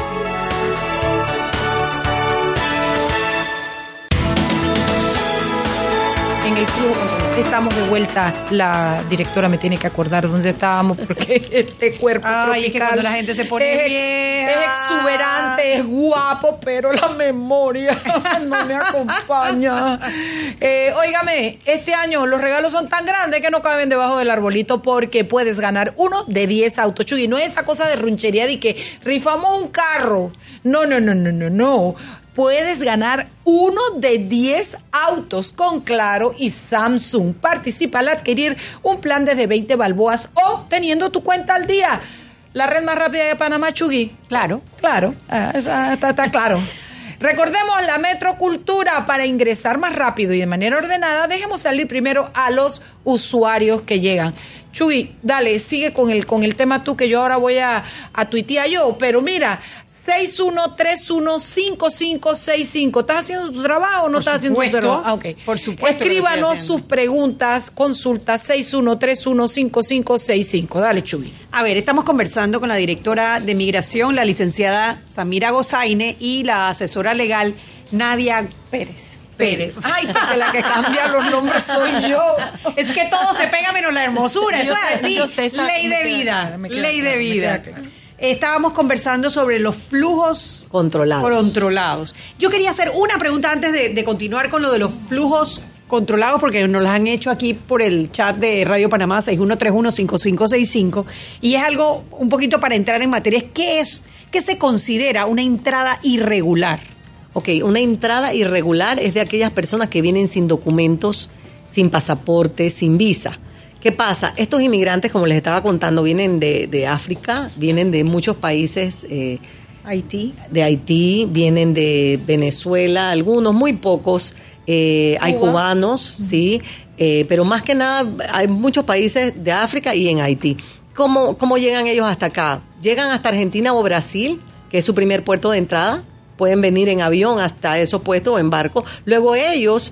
En el flujo estamos de vuelta. La directora me tiene que acordar dónde estábamos porque este cuerpo Ay, tropical es que cuando la gente se pone es, vieja. es exuberante, es guapo, pero la memoria no me acompaña. Eh, óigame, este año los regalos son tan grandes que no caben debajo del arbolito porque puedes ganar uno de diez autos. Chugui, no es esa cosa de runchería de que rifamos un carro. No, no, no, no, no, no. Puedes ganar uno de diez autos con Claro y Samsung. Participa al adquirir un plan desde veinte balboas o teniendo tu cuenta al día. La red más rápida de Panamá, Chugui. Claro. Claro, ah, esa, está, está claro. Recordemos la Metrocultura. Para ingresar más rápido y de manera ordenada, dejemos salir primero a los usuarios que llegan. Chugui, dale, sigue con el, con el tema tú, que yo ahora voy a, a tuitear yo. Pero mira, seis uno tres uno, cinco cinco seis cinco. ¿Estás haciendo tu trabajo o no por estás supuesto, haciendo tu trabajo? Ah, okay. Por supuesto. Escríbanos sus preguntas, consultas, seis uno tres uno, cinco cinco seis cinco. Dale, Chugui. A ver, estamos conversando con la directora de Migración, la licenciada Samira Gozaine, y la asesora legal Nadia Pérez. Pérez. Ay, porque la que cambia los nombres soy yo. Es que todo se pega menos la hermosura. Sí, eso sé, es así. Yo sé, esa, ley de vida. Claro, queda, ley claro, de vida. Claro. Estábamos conversando sobre los flujos controlados. controlados. Yo quería hacer una pregunta antes de, de continuar con lo de los flujos controlados, porque nos las han hecho aquí por el chat de Radio Panamá, seis uno tres uno, cinco cinco seis cinco, y es algo un poquito para entrar en materia. ¿Qué es, qué se considera una entrada irregular? Ok, una entrada irregular es de aquellas personas que vienen sin documentos, sin pasaporte, sin visa. ¿Qué pasa? Estos inmigrantes, como les estaba contando, vienen de, de África, vienen de muchos países. Eh, Haití. De Haití, vienen de Venezuela, algunos, muy pocos. Eh, hay cubanos, uh-huh. sí, eh, pero más que nada hay muchos países de África y en Haití. ¿Cómo, cómo llegan ellos hasta acá? Llegan hasta Argentina o Brasil, que es su primer puerto de entrada. Pueden venir en avión hasta esos puestos o en barco. Luego ellos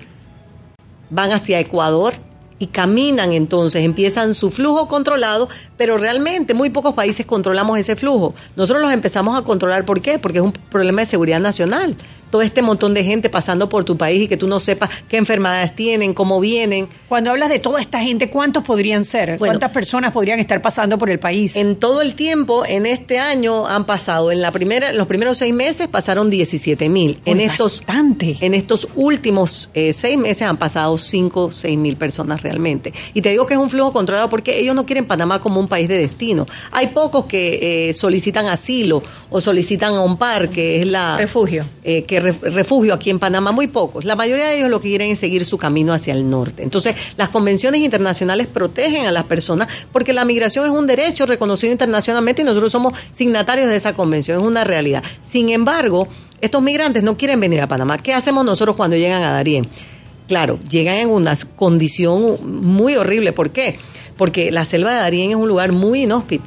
van hacia Ecuador y caminan, entonces empiezan su flujo controlado, pero realmente muy pocos países controlamos ese flujo. Nosotros los empezamos a controlar, ¿por qué? Porque es un problema de seguridad nacional. todo este montón de gente pasando por tu país y que tú no sepas qué enfermedades tienen, cómo vienen. Cuando hablas de toda esta gente, ¿cuántos podrían ser? Bueno, ¿cuántas personas podrían estar pasando por el país? En todo el tiempo, en este año han pasado, en la primera, en los primeros seis meses pasaron diecisiete mil. En estos, bastante. En estos últimos eh, seis meses han pasado cinco, seis mil personas realmente. Y te digo que es un flujo controlado porque ellos no quieren Panamá como un país de destino. Hay pocos que eh, solicitan asilo o solicitan OMPAR, que es la... Refugio. Eh, que re, refugio aquí en Panamá, muy pocos. La mayoría de ellos lo que quieren es seguir su camino hacia el norte. Entonces, las convenciones internacionales protegen a las personas porque la migración es un derecho reconocido internacionalmente y nosotros somos signatarios de esa convención, es una realidad. Sin embargo, estos migrantes no quieren venir a Panamá. ¿Qué hacemos nosotros cuando llegan a Darién? Claro, llegan en una condición muy horrible. ¿Por qué? Porque la selva de Darién es un lugar muy inhóspito.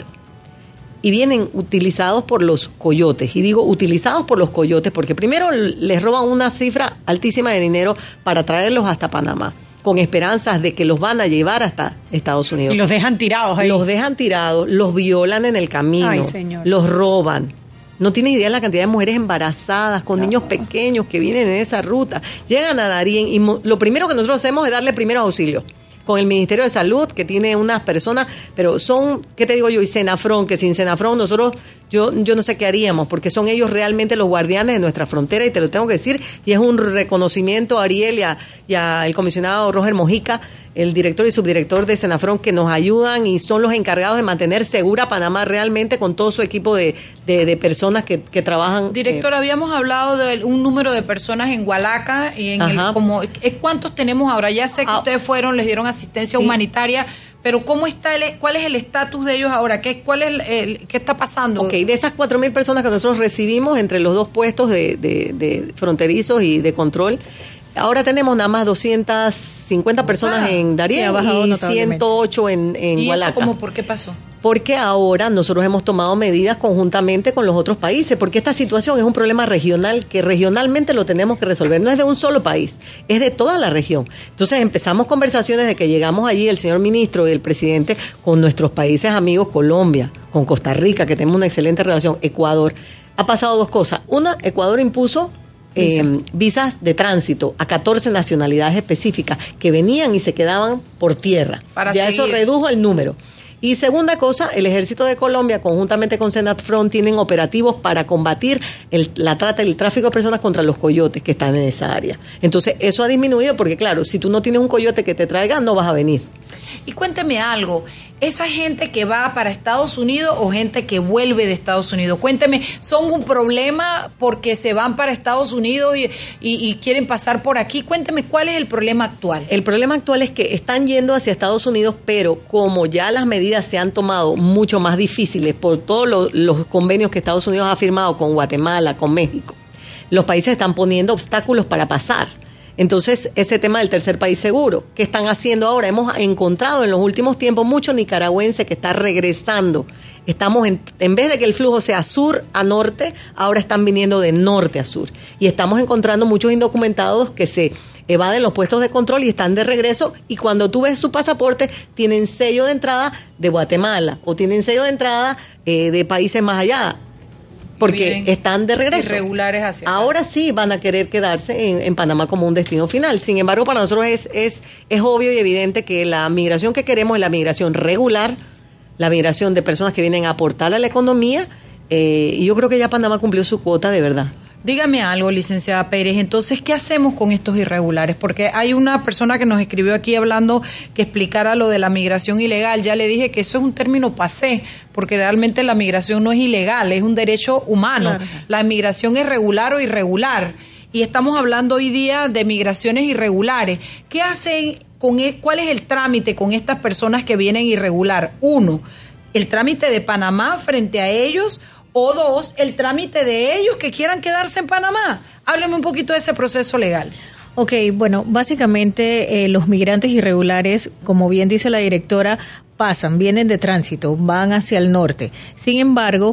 Y vienen utilizados por los coyotes. Y digo utilizados por los coyotes porque primero les roban una cifra altísima de dinero para traerlos hasta Panamá, con esperanzas de que los van a llevar hasta Estados Unidos. Y los dejan tirados ahí. Los dejan tirados, los violan en el camino, Ay, señor. Los roban. No tienes idea de la cantidad de mujeres embarazadas con no. niños pequeños que vienen en esa ruta. Llegan a Darién y mo- lo primero que nosotros hacemos es darle primero auxilio. Con el Ministerio de Salud, que tiene unas personas, pero son, ¿qué te digo yo? Y Senafrón, que sin Senafrón nosotros, yo, yo no sé qué haríamos, porque son ellos realmente los guardianes de nuestra frontera, y te lo tengo que decir, y es un reconocimiento a Ariel y a, y a el comisionado Roger Mojica, el director y subdirector de Senafrón, que nos ayudan y son los encargados de mantener segura Panamá realmente con todo su equipo de, de, de personas que, que trabajan. Director, eh, habíamos hablado de un número de personas en Hualaca y en el, como ¿cuántos tenemos ahora? Ya sé que ah, ustedes fueron, les dieron asistencia sí. humanitaria, pero ¿cómo está el, cuál es el estatus de ellos ahora? ¿Qué, cuál es el, el, qué está pasando? Ok, de esas cuatro mil personas que nosotros recibimos entre los dos puestos de, de, de fronterizos y de control, ahora tenemos nada más doscientas cincuenta personas ah, en Darién sí, y ciento ocho en, en ¿Y Hualaca. ¿Y eso cómo, por qué pasó? Porque ahora nosotros hemos tomado medidas conjuntamente con los otros países, porque esta situación es un problema regional que regionalmente lo tenemos que resolver. No es de un solo país, es de toda la región. Entonces empezamos conversaciones de que llegamos allí, el señor ministro y el presidente, con nuestros países amigos, Colombia, con Costa Rica, que tenemos una excelente relación, Ecuador. Ha pasado dos cosas. Una, Ecuador impuso Eh, visas de tránsito a catorce nacionalidades específicas que venían y se quedaban por tierra. Para ya seguir. Eso redujo el número. Y segunda cosa, el Ejército de Colombia, conjuntamente con Senafrón, tienen operativos para combatir el, la trata y el tráfico de personas contra los coyotes que están en esa área. Entonces, eso ha disminuido porque, claro, si tú no tienes un coyote que te traiga, no vas a venir. Y cuénteme algo, ¿esa gente que va para Estados Unidos o gente que vuelve de Estados Unidos? Cuénteme, ¿son un problema porque se van para Estados Unidos y, y, y quieren pasar por aquí? Cuénteme, ¿cuál es el problema actual? El problema actual es que están yendo hacia Estados Unidos, pero como ya las medidas se han tomado mucho más difíciles por todos los, los convenios que Estados Unidos ha firmado con Guatemala, con México, los países están poniendo obstáculos para pasar. Entonces, ese tema del tercer país seguro, ¿qué están haciendo ahora? Hemos encontrado en los últimos tiempos mucho nicaragüense que está regresando. Estamos, en, en vez de que el flujo sea sur a norte, ahora están viniendo de norte a sur. Y estamos encontrando muchos indocumentados que se evaden los puestos de control y están de regreso, y cuando tú ves su pasaporte, tienen sello de entrada de Guatemala o tienen sello de entrada eh, de países más allá. Porque Bien. están de regreso. Irregulares hacia Ahora sí van a querer quedarse en, en Panamá como un destino final. Sin embargo, para nosotros es, es, es obvio y evidente que la migración que queremos es la migración regular, la migración de personas que vienen a aportar a la economía, eh, y yo creo que ya Panamá cumplió su cuota de verdad. Dígame algo, licenciada Pérez, entonces, ¿qué hacemos con estos irregulares? Porque hay una persona que nos escribió aquí hablando que explicara lo de la migración ilegal. Ya le dije que eso es un término pasé, porque realmente la migración no es ilegal, es un derecho humano. Claro. La migración es regular o irregular. Y estamos hablando hoy día de migraciones irregulares. ¿Qué hacen con el, cuál es el trámite con estas personas que vienen irregular? Uno, el trámite de Panamá frente a ellos. O dos, el trámite de ellos que quieran quedarse en Panamá. Hábleme un poquito de ese proceso legal. Ok, bueno, básicamente eh, los migrantes irregulares, como bien dice la directora, pasan, vienen de tránsito, van hacia el norte. Sin embargo,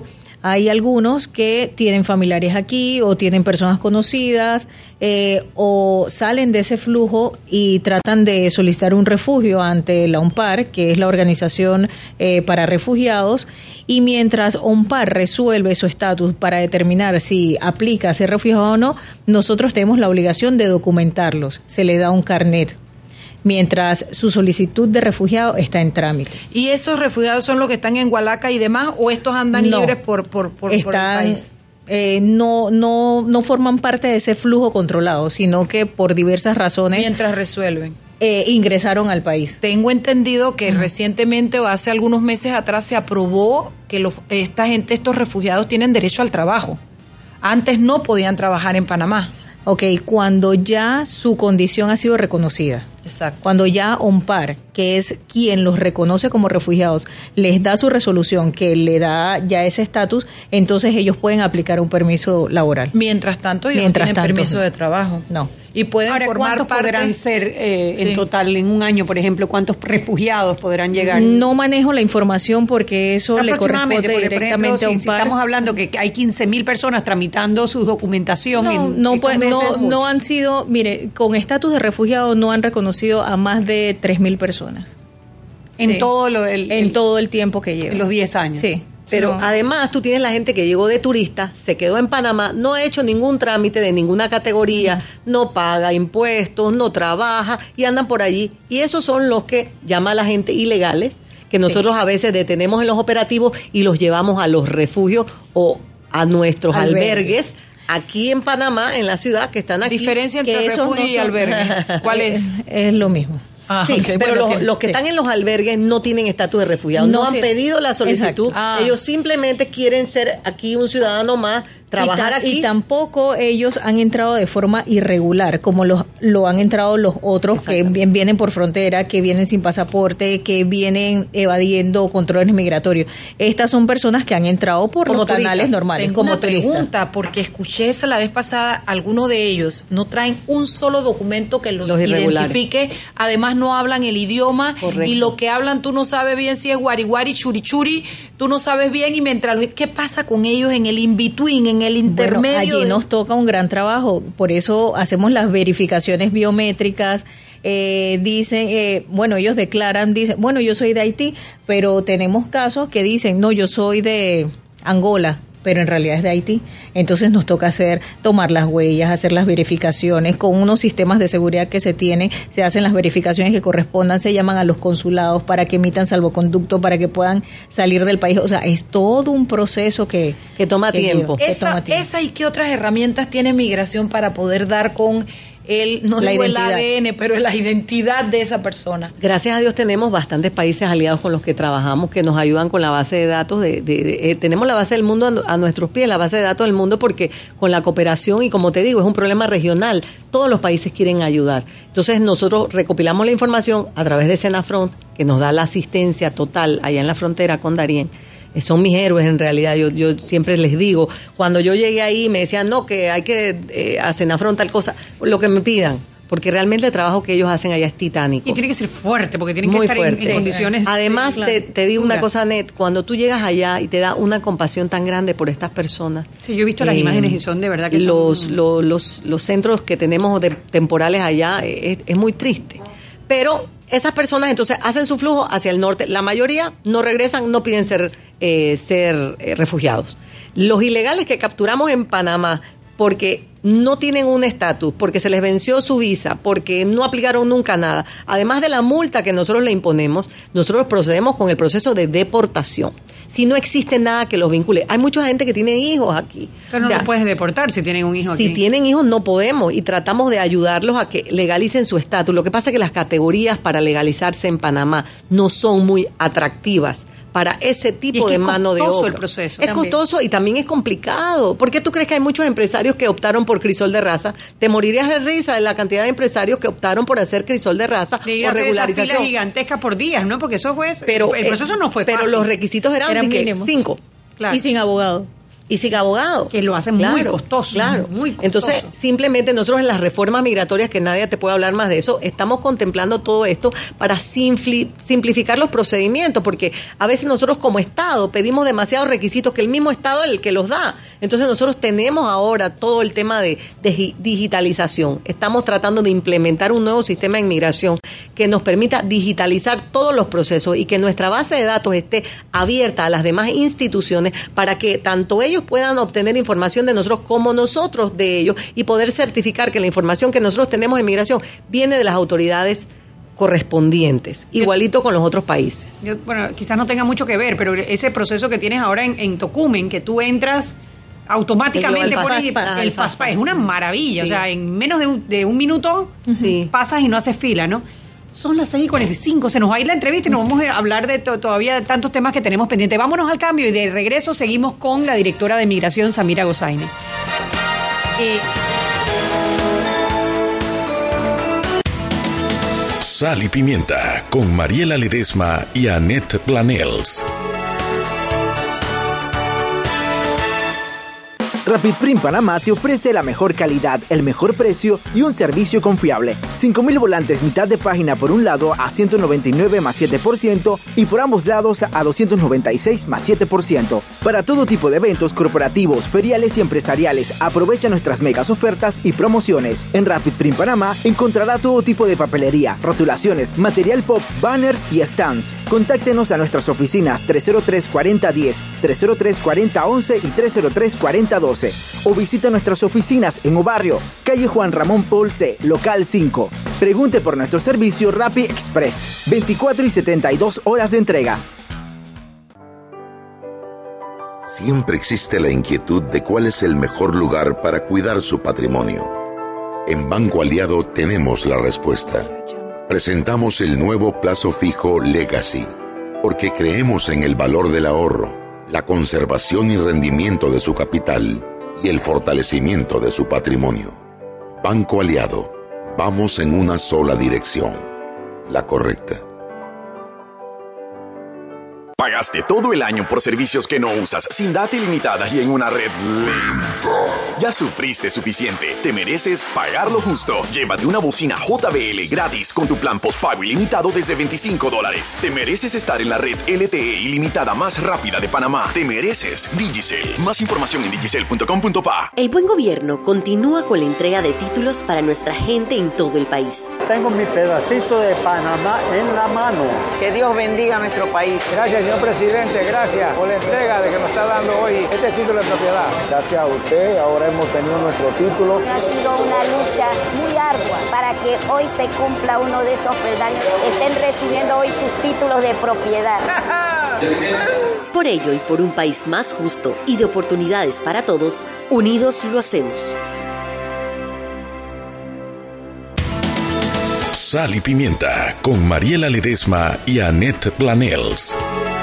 Hay algunos que tienen familiares aquí o tienen personas conocidas eh, o salen de ese flujo y tratan de solicitar un refugio ante la ONPAR, que es la organización eh, para refugiados, y mientras ONPAR resuelve su estatus para determinar si aplica a ser refugiado o no, nosotros tenemos la obligación de documentarlos. Se le da un carnet mientras su solicitud de refugiado está en trámite. ¿Y esos refugiados son los que están en Hualaca y demás, o estos andan no, libres por, por, por, están, por el país? Eh, no, no, no forman parte de ese flujo controlado, sino que por diversas razones... Mientras resuelven. Eh, ingresaron al país. Tengo entendido que uh-huh. recientemente o hace algunos meses atrás se aprobó que los, esta gente, estos refugiados tienen derecho al trabajo. Antes no podían trabajar en Panamá. Ok, cuando ya su condición ha sido reconocida. Exacto. Cuando ya ONPAR, que es quien los reconoce como refugiados, les da su resolución que le da ya ese estatus, entonces ellos pueden aplicar un permiso laboral. Mientras tanto, ellos Mientras no tienen tanto, permiso de trabajo. No. Y pueden Ahora, formar ¿cuántos parte? podrán ser eh, en sí. total en un año, por ejemplo? ¿Cuántos refugiados podrán llegar? No manejo la información porque eso le corresponde porque, directamente ejemplo, a ONPAR. Si, si estamos hablando que hay quince mil personas tramitando su documentación. No, en, no, en pues, no, meses, no han sido, mire, con estatus de refugiado no han reconocido a más de tres mil personas. En sí. todo lo, el, en el, todo el tiempo que lleva. En los diez años. Sí. Pero no. además tú tienes la gente que llegó de turista, se quedó en Panamá, no ha hecho ningún trámite de ninguna categoría, no paga impuestos, no trabaja y andan por allí. Y esos son los que llama a la gente ilegales, que nosotros sí. a veces detenemos en los operativos y los llevamos a los refugios o a nuestros albergues. albergues aquí en Panamá, en la ciudad, que están aquí. Diferencia entre refugio no y albergue. ¿Cuál es? es? Es lo mismo. Ah, sí, okay, pero bueno, los, los que sí. están en los albergues no tienen estatus de refugiados, no, no han sí. pedido la solicitud, ah. ellos simplemente quieren ser aquí un ciudadano más, trabajar y ta- aquí. Y tampoco ellos han entrado de forma irregular, como los, lo han entrado los otros que bien vienen por frontera, que vienen sin pasaporte, que vienen evadiendo controles migratorios. Estas son personas que han entrado por como los turista. canales normales. Tengo como una turista. pregunta, porque escuché esa la vez pasada, algunos de ellos no traen un solo documento que los, los identifique, además no hablan el idioma. Correcto. Y lo que hablan tú no sabes bien si es guariguari, churichuri, tú no sabes bien y mientras los, ¿qué pasa con ellos en el in-between, en el intermedio? Bueno, allí de... nos toca un gran trabajo, por eso hacemos las verificaciones biométricas. Eh, dicen, eh, bueno, ellos declaran, dicen, bueno, yo soy de Haití, pero tenemos casos que dicen, no, yo soy de Angola, pero en realidad es de Haití. Entonces nos toca hacer, tomar las huellas, hacer las verificaciones, con unos sistemas de seguridad que se tienen, se hacen las verificaciones que correspondan, se llaman a los consulados para que emitan salvoconducto, para que puedan salir del país. O sea, es todo un proceso que, que toma que tiempo. Lleva, esa, que toma tiempo. Esa y qué otras herramientas tiene migración para poder dar con el, no la digo identidad. el A D N, pero la identidad de esa persona. Gracias a Dios tenemos bastantes países aliados con los que trabajamos que nos ayudan con la base de datos. De, de, de, eh, tenemos la base del mundo a, a nuestros pies, la base de datos del mundo, porque con la cooperación, y como te digo, es un problema regional, todos los países quieren ayudar. Entonces nosotros recopilamos la información a través de Senafront, que nos da la asistencia total allá en la frontera con Darién. Son mis héroes en realidad, yo yo siempre les digo, cuando yo llegué ahí me decían, no, que hay que eh, hacer Senafront tal cosa, lo que me pidan, porque realmente el trabajo que ellos hacen allá es titánico. Y tiene que ser fuerte, porque tienen Muy que estar fuerte. en, en condiciones... Además, eh, te, te digo duras. una cosa, Net, cuando tú llegas allá y te da una compasión tan grande por estas personas. Sí, yo he visto eh, las imágenes y son de verdad que los, son... Los, los, los centros que tenemos de, temporales allá es, es muy triste. Pero esas personas entonces hacen su flujo hacia el norte. La mayoría no regresan, no piden ser, eh, ser eh, refugiados. Los ilegales que capturamos en Panamá porque no tienen un estatus, porque se les venció su visa, porque no aplicaron nunca nada, además de la multa que nosotros le imponemos, nosotros procedemos con el proceso de deportación. Si no existe nada que los vincule. Hay mucha gente que tiene hijos aquí. Pero no o sea, los puedes deportar si tienen un hijo si aquí. Si tienen hijos no podemos y tratamos de ayudarlos a que legalicen su estatus. Lo que pasa es que las categorías para legalizarse en Panamá no son muy atractivas para ese tipo de mano de obra. Es costoso el proceso. Es también. costoso y también es complicado. ¿Por qué tú crees que hay muchos empresarios que optaron por crisol de raza? Te morirías de risa de la cantidad de empresarios que optaron por hacer crisol de raza de ir o a hacer regularización. Esas filas gigantescas por días, ¿no? Porque eso fue... Pero, el proceso no fue pero fácil. Pero los requisitos eran, eran de que cinco. Claro. Y sin abogado. y sin abogado. Que lo hacen claro, muy costoso. Claro. Muy costoso. Entonces, simplemente nosotros en las reformas migratorias, que nadie te puede hablar más de eso, estamos contemplando todo esto para simpli- simplificar los procedimientos, porque a veces nosotros como Estado pedimos demasiados requisitos que el mismo Estado es el que los da. Entonces nosotros tenemos ahora todo el tema de, de digitalización. Estamos tratando de implementar un nuevo sistema de inmigración que nos permita digitalizar todos los procesos y que nuestra base de datos esté abierta a las demás instituciones para que tanto ellos puedan obtener información de nosotros como nosotros de ellos y poder certificar que la información que nosotros tenemos en migración viene de las autoridades correspondientes, igualito con los otros países. Yo, bueno, quizás no tenga mucho que ver, pero ese proceso que tienes ahora en, en Tocumen, que tú entras automáticamente, pones el, el FastPass, es una maravilla, sí. O sea, en menos de un, de un minuto sí. pasas y no haces fila, ¿no? Son las seis y cuarenta y cinco, se nos va a ir la entrevista y nos vamos a hablar de to- todavía de tantos temas que tenemos pendientes. Vámonos al cambio y de regreso seguimos con la directora de Migración, Samira Gozaine. Eh, Sal y Pimienta con Mariela Ledesma y Annette Planels. RapidPrint Panamá te ofrece la mejor calidad, el mejor precio y un servicio confiable. cinco mil volantes mitad de página por un lado a ciento noventa y nueve más siete por ciento y por ambos lados a doscientos noventa y seis más siete por ciento. Para todo tipo de eventos corporativos, feriales y empresariales, aprovecha nuestras megas ofertas y promociones. En RapidPrint Panamá encontrará todo tipo de papelería, rotulaciones, material pop, banners y stands. Contáctenos a nuestras oficinas tres cero tres, cuarenta diez, tres cero tres, cuarenta once y tres cero tres, cuarenta doce. O visita nuestras oficinas en Obarrio, calle Juan Ramón Ponce, local cinco. Pregunte por nuestro servicio Rapid Express, veinticuatro y setenta y dos horas de entrega. Siempre existe la inquietud de cuál es el mejor lugar para cuidar su patrimonio. En Banco Aliado tenemos la respuesta. Presentamos el nuevo plazo fijo Legacy, porque creemos en el valor del ahorro, la conservación y rendimiento de su capital y el fortalecimiento de su patrimonio. Banco Aliado, vamos en una sola dirección, la correcta. Pagaste todo el año por servicios que no usas, sin data ilimitada y en una red lenta. Ya sufriste suficiente. Te mereces pagar lo justo. Llévate una bocina J B L gratis con tu plan postpago ilimitado desde veinticinco dólares. Te mereces estar en la red L T E ilimitada más rápida de Panamá. Te mereces Digicel. Más información en digicel punto com punto pa. El buen gobierno continúa con la entrega de títulos para nuestra gente en todo el país. Tengo mi pedacito de Panamá en la mano. Que Dios bendiga a nuestro país. Gracias, señor presidente. Gracias por la entrega de que nos está dando hoy este título de propiedad. Gracias a usted, ahora hemos tenido nuestro título. Ha sido una lucha muy ardua para que hoy se cumpla uno de esos peldaños. Estén recibiendo hoy sus títulos de propiedad. Por ello y por un país más justo y de oportunidades para todos, unidos lo hacemos. Sal y Pimienta con Mariela Ledesma y Annette Planels.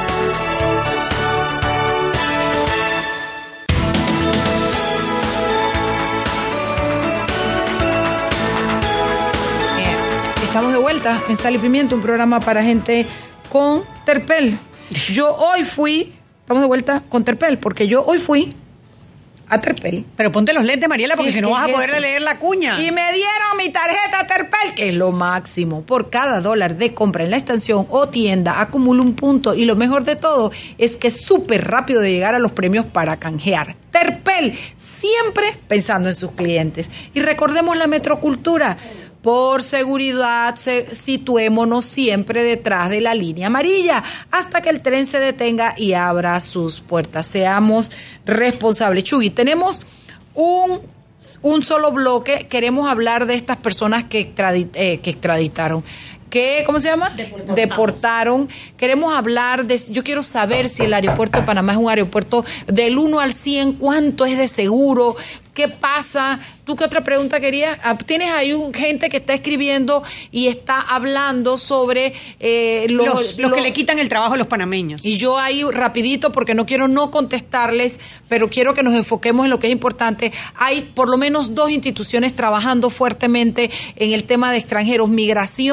Estamos de vuelta en Sal y Pimienta, un programa para gente con Terpel. Yo hoy fui, estamos de vuelta con Terpel, porque yo hoy fui a Terpel. Pero ponte los lentes, Mariela, porque sí, si no vas a poder eso? leer la cuña. Y me dieron mi tarjeta Terpel, que es lo máximo. Por cada dólar de compra en la estación o tienda, acumulo un punto. Y lo mejor de todo es que es súper rápido de llegar a los premios para canjear. Terpel, siempre pensando en sus clientes. Y recordemos la metrocultura. Por seguridad, se, situémonos siempre detrás de la línea amarilla hasta que el tren se detenga y abra sus puertas. Seamos responsables. Chugui, tenemos un, un solo bloque. Queremos hablar de estas personas que, extradit, eh, que extraditaron. ¿Qué, ¿Cómo se llama? Deportaron. Deportaron. Queremos hablar de... Yo quiero saber si el aeropuerto de Panamá es un aeropuerto del uno al cien, cuánto es de seguro, qué pasa. ¿Tú qué otra pregunta querías? Tienes ahí un, gente que está escribiendo y está hablando sobre... Eh, los, los, los que le quitan el trabajo a los panameños. Y yo ahí rapidito, porque no quiero no contestarles, pero quiero que nos enfoquemos en lo que es importante. Hay por lo menos dos instituciones trabajando fuertemente en el tema de extranjeros, migración y el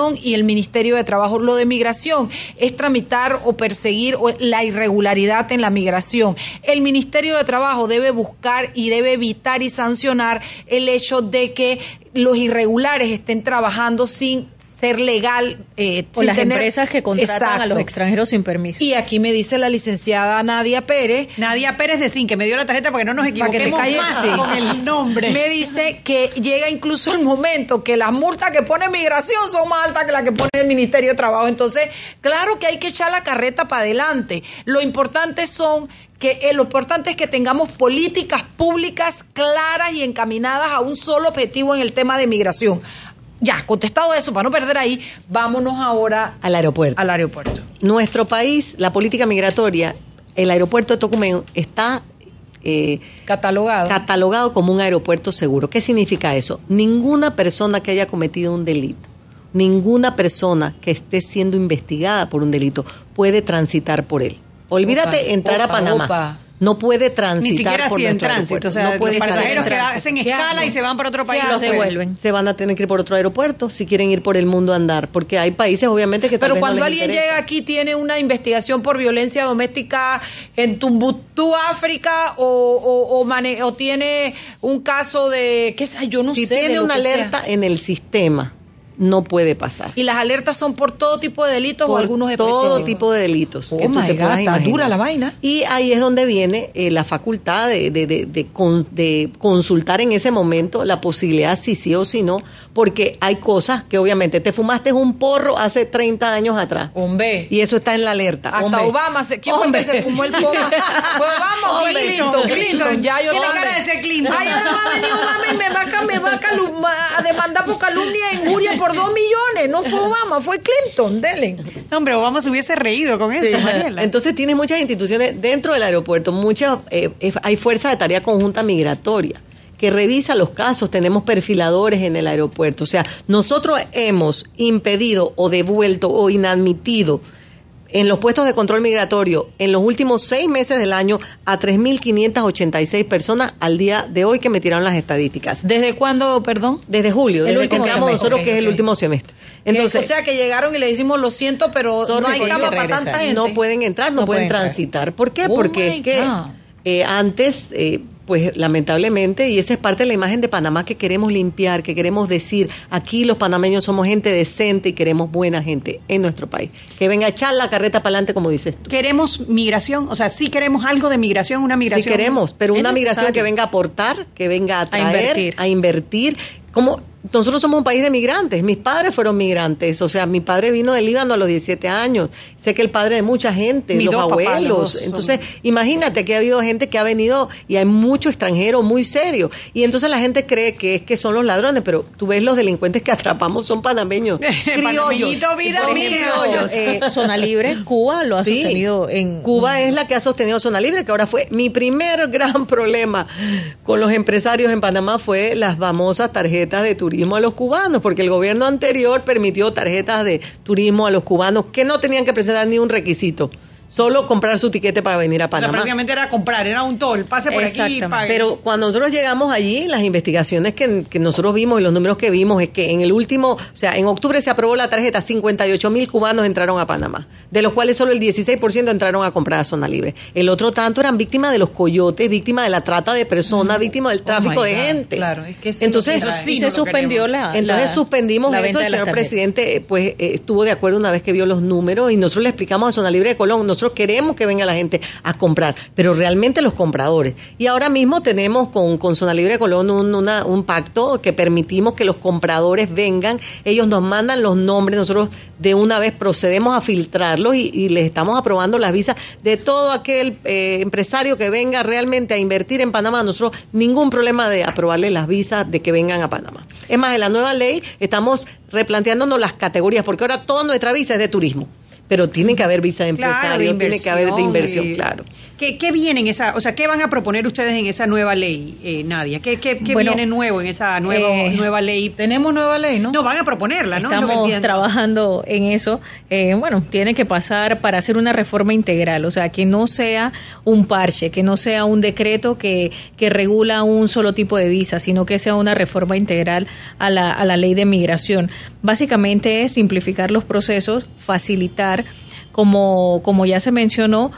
Ministerio de Trabajo. Lo de migración es tramitar o perseguir la irregularidad en la migración. El Ministerio de Trabajo debe buscar y debe evitar y sancionar el hecho de que los irregulares estén trabajando sin ser legal. Eh, o sin las tener, empresas que contratan exacto. a los extranjeros sin permiso. Y aquí me dice la licenciada Nadia Pérez. Nadia Pérez de Sin, que me dio la tarjeta porque no nos equivoquemos más sí. con el nombre. Me dice que llega incluso el momento que las multas que pone migración son más altas que las que pone el Ministerio de Trabajo. Entonces, claro que hay que echar la carreta para adelante. Lo importante son que eh, lo importante es que tengamos políticas públicas claras y encaminadas a un solo objetivo en el tema de migración. Ya, contestado eso, para no perder ahí, vámonos ahora al aeropuerto. Al aeropuerto. Nuestro país, la política migratoria, el aeropuerto de Tocumen está eh, catalogado. catalogado como un aeropuerto seguro. ¿Qué significa eso? Ninguna persona que haya cometido un delito, ninguna persona que esté siendo investigada por un delito puede transitar por él. Olvídate opa, entrar opa, a Panamá. Opa. No puede transitar Ni siquiera por así en nuestro tránsito, aeropuerto. o sea, no puede los pasajeros que tránsito. hacen escala y se van para otro país los devuelven. Se van a tener que ir por otro aeropuerto si quieren ir por el mundo a andar, porque hay países obviamente que tal Pero vez cuando no les alguien interesa. llega aquí tiene una investigación por violencia doméstica en Tumbuctú, África, o, o, o, mane- o tiene un caso de, qué sé yo, no si sé. tiene de lo una que sea. alerta en el sistema, no puede pasar. Y las alertas son por todo tipo de delitos Por o algunos todo específicos. tipo de delitos. Oh que tú my te God, puedas está imaginar. dura la vaina. Y ahí es donde viene eh, la facultad de, de, de, de, con- de consultar en ese momento la posibilidad si sí o si no, porque hay cosas que obviamente te fumaste un porro hace treinta años atrás. Hombre. Y eso está en la alerta. Hasta Hombre. Obama, se, ¿quién Hombre. fue el que se fumó el porro? ¿Fue Obama o fue Hombre. Clinton? Clinton, ya yo Tiene también. cara de ser Clinton. Ay, ahora va a venir Obama y me va a, me va a, calum- a demandar por calumnia e injuria por dos millones. No fue Obama, fue Clinton, dele. No, hombre, Obama se hubiese reído con Sí. eso, Mariela. Entonces tienes muchas instituciones dentro del aeropuerto, muchas eh, eh, hay fuerza de tarea conjunta migratoria que revisa los casos, tenemos perfiladores en el aeropuerto, o sea, nosotros hemos impedido o devuelto o inadmitido en los puestos de control migratorio en los últimos seis meses del año a tres mil quinientas ochenta y seis personas al día de hoy que me tiraron las estadísticas. ¿Desde cuándo, perdón? Desde julio, El desde que último entramos semestre. nosotros, Ok, que es el ok. último semestre. Entonces, Entonces, o sea que llegaron y le decimos lo siento, pero Sorry, no hay tienen cama que para regresar. tanta gente. No pueden entrar, no, No pueden pueden transitar. ¿Por qué? Oh Porque my es que God. eh, antes, eh, pues lamentablemente, y esa es parte de la imagen de Panamá que queremos limpiar, que queremos decir, aquí los panameños somos gente decente y queremos buena gente en nuestro país. Que venga a echar la carreta para adelante, como dices tú. ¿Queremos migración? O sea, sí queremos algo de migración, una migración. Sí queremos, pero Es una migración necesario. que venga a aportar, que venga a traer, invertir. a invertir. Como nosotros somos un país de migrantes, mis padres fueron migrantes, o sea, mi padre vino del Líbano a los diecisiete años, sé que el padre de mucha gente, Mis los dos papás, abuelos, los dos son- entonces imagínate que ha habido gente que ha venido y hay mucho extranjero muy serio, y entonces la gente cree que es que son los ladrones, pero tú ves los delincuentes que atrapamos son panameños, criollos, Panameñito, vida son mía. criollos. Eh, Zona Libre, Cuba lo ha Sí. sostenido en... Cuba es la que ha sostenido Zona Libre, que ahora fue mi primer gran problema con los empresarios en Panamá, fue las famosas tarjetas de turismo a los cubanos, porque el gobierno anterior permitió tarjetas de turismo a los cubanos que no tenían que presentar ni un requisito, solo comprar su tiquete para venir a O sea, Panamá. prácticamente era comprar, era un toll, pase por aquí y Exactamente. pague. Pero cuando nosotros llegamos allí, las investigaciones que, que nosotros vimos y los números que vimos es que en el último, o sea, en octubre se aprobó la tarjeta, cincuenta y ocho mil cubanos entraron a Panamá, de los cuales solo el dieciséis por ciento entraron a comprar a Zona Libre. El otro tanto eran víctimas de los coyotes, víctimas de la trata de personas, víctimas del tráfico Oh my de God, gente. claro, es que eso Entonces, es lo que trae. y se suspendió la... entonces la- suspendimos la eso, venta el de las señor tarjetas. presidente eh, pues eh, estuvo de acuerdo una vez que vio los números y nosotros le explicamos a Zona Libre de Colón, nosotros queremos que venga la gente a comprar, pero realmente los compradores. Y ahora mismo tenemos con, con Zona Libre de Colón un, una- un pacto que permitimos que los compradores vengan, ellos nos mandan los nombres, nosotros de una vez procedemos a filtrarlos y, y les estamos aprobando las visas de todo aquel eh, empresario que venga realmente a invertir en Panamá. Nosotros ningún problema de aprobarle las visas de que vengan a Panamá. Es más, en la nueva ley estamos replanteándonos las categorías, porque ahora toda nuestra visa es de turismo. pero tiene que haber visa de empresario, Claro, de tiene que haber de inversión, y- claro. ¿Qué, ¿Qué viene en esa, o sea, qué van a proponer ustedes en esa nueva ley, eh, Nadia? ¿Qué, qué, qué Bueno, viene nuevo en esa nueva, eh, nueva ley? Tenemos nueva ley, ¿no? No, van a proponerla, ¿no? Lo que Estamos entiendo. trabajando en eso. Eh, bueno, tiene que pasar para hacer una reforma integral, o sea, que no sea un parche, que no sea un decreto que, que regula un solo tipo de visa, sino que sea una reforma integral a la, a la ley de migración. Básicamente es simplificar los procesos, facilitar, como, como ya se mencionó,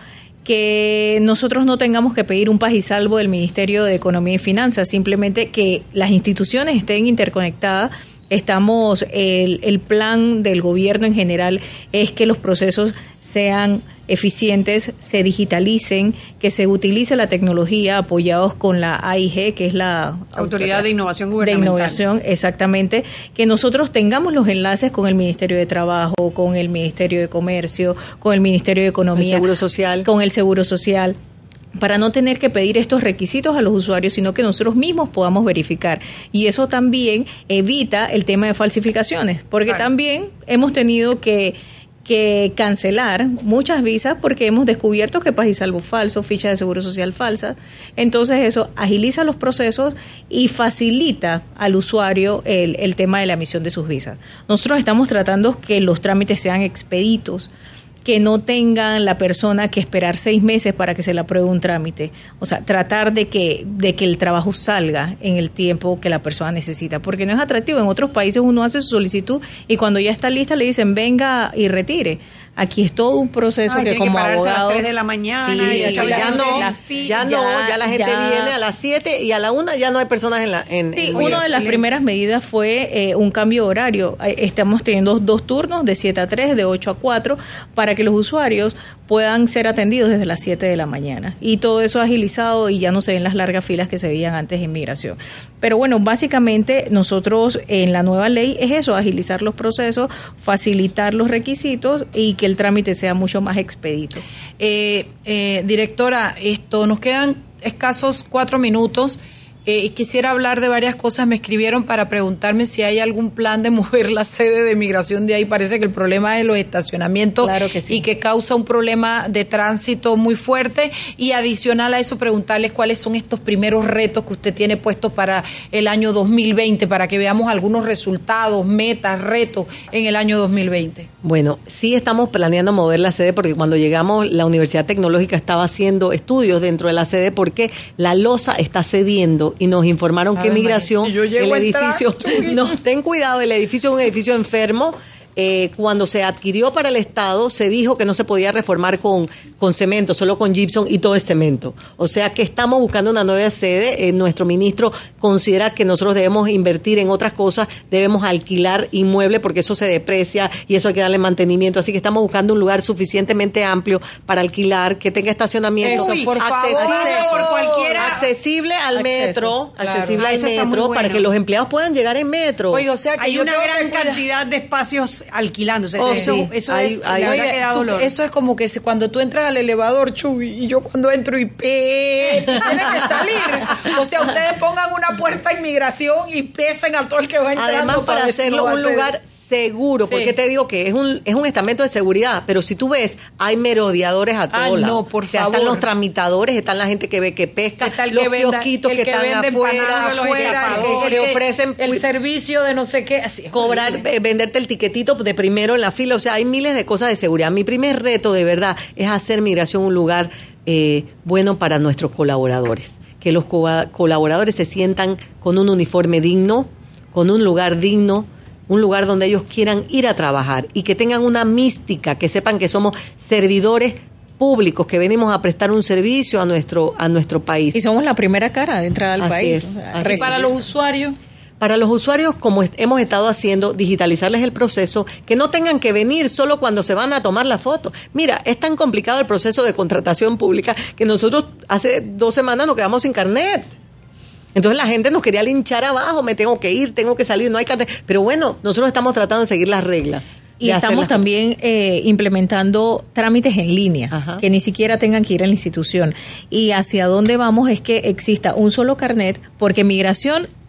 que nosotros no tengamos que pedir un paz y salvo del Ministerio de Economía y Finanzas, simplemente que las instituciones estén interconectadas. Estamos, el, el plan del gobierno en general es que los procesos sean eficientes, se digitalicen, que se utilice la tecnología apoyados con la A I G, que es la Autoridad de Innovación de Gubernamental. innovación, exactamente, que nosotros tengamos los enlaces con el Ministerio de Trabajo, con el Ministerio de Comercio, con el Ministerio de Economía, El Seguro Social. con el Seguro Social, para no tener que pedir estos requisitos a los usuarios, sino que nosotros mismos podamos verificar. Y eso también evita el tema de falsificaciones, porque Claro. también hemos tenido que que cancelar muchas visas porque hemos descubierto que paz y salvo falso, fichas de seguro social falsas. Entonces eso agiliza los procesos y facilita al usuario el, el tema de la emisión de sus visas. Nosotros estamos tratando que los trámites sean expeditos, que no tengan la persona que esperar seis meses para que se le apruebe un trámite. O sea, tratar de que, de que el trabajo salga en el tiempo que la persona necesita, porque no es atractivo. En otros países uno hace su solicitud y cuando ya está lista le dicen venga y retire. Aquí es todo un proceso Ay, que tiene que como pararse a las abogado... tres de la mañana Sí, y Ya, ya ya la no, gente- la ya, fi- no, ya- ya la gente ya- viene a las siete y a la una ya no hay personas en la... En, Sí, en- una de las Excelente. primeras medidas fue eh, un cambio de horario. Eh, Estamos teniendo dos turnos de siete a tres, de ocho a cuatro, para que los usuarios puedan ser atendidos desde las siete de la mañana. Y todo eso agilizado y ya no se ven las largas filas que se veían antes en migración. Pero bueno, básicamente nosotros en la nueva ley es eso, agilizar los procesos, facilitar los requisitos y que el trámite sea mucho más expedito. Eh, eh, directora, esto nos quedan escasos cuatro minutos. Eh, y quisiera hablar de varias cosas. Me escribieron para preguntarme si hay algún plan de mover la sede de migración de ahí. Parece que el problema es los estacionamientos Claro que sí. y que causa un problema de tránsito muy fuerte. Y adicional a eso, preguntarles cuáles son estos primeros retos que usted tiene puestos para el año dos mil veinte, para que veamos algunos resultados, metas, retos en el año dos mil veinte. Bueno, sí estamos planeando mover la sede porque cuando llegamos la Universidad Tecnológica estaba haciendo estudios dentro de la sede porque la losa está cediendo y nos informaron Ave que María, migración, si yo llego el a entrar, edificio, no, ten cuidado, el edificio es un edificio enfermo. Eh, cuando se adquirió para el Estado, se dijo que no se podía reformar con, con cemento, solo con gypsum y todo es cemento. O sea que estamos buscando una nueva sede. Eh, nuestro ministro considera que nosotros debemos invertir en otras cosas, debemos alquilar inmuebles porque eso se deprecia y eso hay que darle mantenimiento. Así que estamos buscando un lugar suficientemente amplio para alquilar, que tenga estacionamiento, Eso, por favor. accesible, Acceso por cualquiera. accesible al Acceso, metro, claro. accesible Ah, al eso está muy metro, para bueno. que los empleados puedan llegar en metro. Oye, o sea que Hay yo una tengo que gran cuidar- cantidad de espacios alquilándose. Oh, eso sí. eso Hay- es, hay- la verdad Oye, que da tú- dolor. eso es como que si cuando tú entras al elevador, Chuy, y yo cuando entro y pe, tienes que salir. O sea, ustedes pongan una puerta en migración y pesen a todo el que va entrando. Además, para ver si hacerlo no va a un ser- lugar seguro, Sí. porque te digo que es un es un estamento de seguridad, pero si tú ves, hay merodeadores a todos Ay, no, lados. por o sea, favor. están los tramitadores, están la gente que ve que pesca, Está el los que venda- kiosquitos el que, están vende afuera, empanadas los afuera, el que- estafadores, el que que- ofrecen el servicio de no sé qué, así es cobrar, horrible. eh, venderte el tiquetito de primero en la fila, o sea, hay miles de cosas de seguridad. Mi primer reto, de verdad, es hacer migración un lugar eh, bueno para nuestros colaboradores, que los co- colaboradores se sientan con un uniforme digno, con un lugar digno, un lugar donde ellos quieran ir a trabajar y que tengan una mística, que sepan que somos servidores públicos, que venimos a prestar un servicio a nuestro a nuestro país. Y somos la primera cara de entrada al Así país. es, O sea, así Y es. para los usuarios, Para los usuarios, como est- hemos estado haciendo, digitalizarles el proceso, que no tengan que venir solo cuando se van a tomar la foto. Mira, es tan complicado el proceso de contratación pública que nosotros hace dos semanas nos quedamos sin carnet. Entonces la gente nos quería linchar abajo, me tengo que ir, tengo que salir, no hay carnet. Pero bueno, nosotros estamos tratando de seguir las reglas. Y de hacer estamos las- también eh, implementando trámites en línea, que ni siquiera tengan que ir a la institución. Y hacia dónde vamos es que exista un solo carnet, porque migración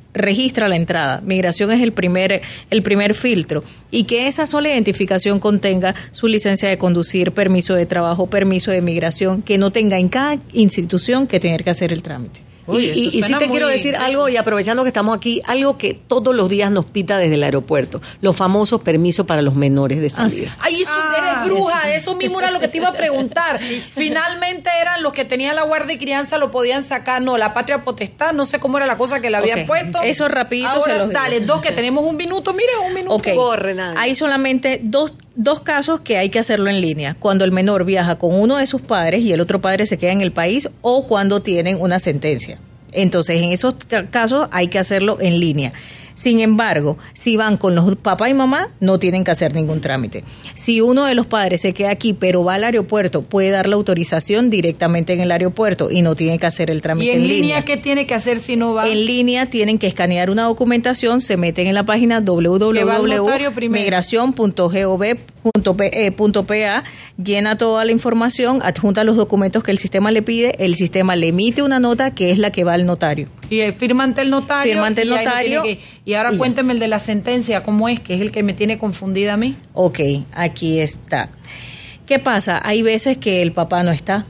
registra la entrada. Migración es el primer, el primer filtro. Y que esa sola identificación contenga su licencia de conducir, permiso de trabajo, permiso de migración, que no tenga en cada institución que tener que hacer el trámite. Oye, y, y, y sí te quiero decir rico. algo, y aprovechando que estamos aquí, algo que todos los días nos pita desde el aeropuerto, los famosos permisos para los menores de salida. Ah, sí. Ay, eso, ah, eres bruja, eso. eso mismo era lo que te iba a preguntar. Finalmente eran los que tenían la guardia y crianza, lo podían sacar, no, la patria potestad, no sé cómo era la cosa que le habían okay. puesto. Eso rapidito Ahora, se los dale, digo. dos, que tenemos un minuto, mira, un minuto. Okay. Corre, nada. Hay solamente dos, dos casos que hay que hacerlo en línea, cuando el menor viaja con uno de sus padres y el otro padre se queda en el país, o cuando tienen una sentencia. Entonces, en esos casos hay que hacerlo en línea. Sin embargo, si van con los papá y mamá, no tienen que hacer ningún trámite. Si uno de los padres se queda aquí, pero va al aeropuerto, puede dar la autorización directamente en el aeropuerto y no tiene que hacer el trámite en, en línea. ¿Y en línea? ¿Qué tiene que hacer si no va? En línea tienen que escanear una documentación, se meten en la página doble u doble u doble u punto migración punto gov punto pe a, llena toda la información, adjunta los documentos que el sistema le pide, el sistema le emite una nota que es la que va al notario. Y firma ante el notario. Firma ante el notario. Que, y ahora y cuénteme el de la sentencia, ¿cómo es? Que es el que me tiene confundida a mí. Ok, aquí está. ¿Qué pasa? Hay veces que el papá no está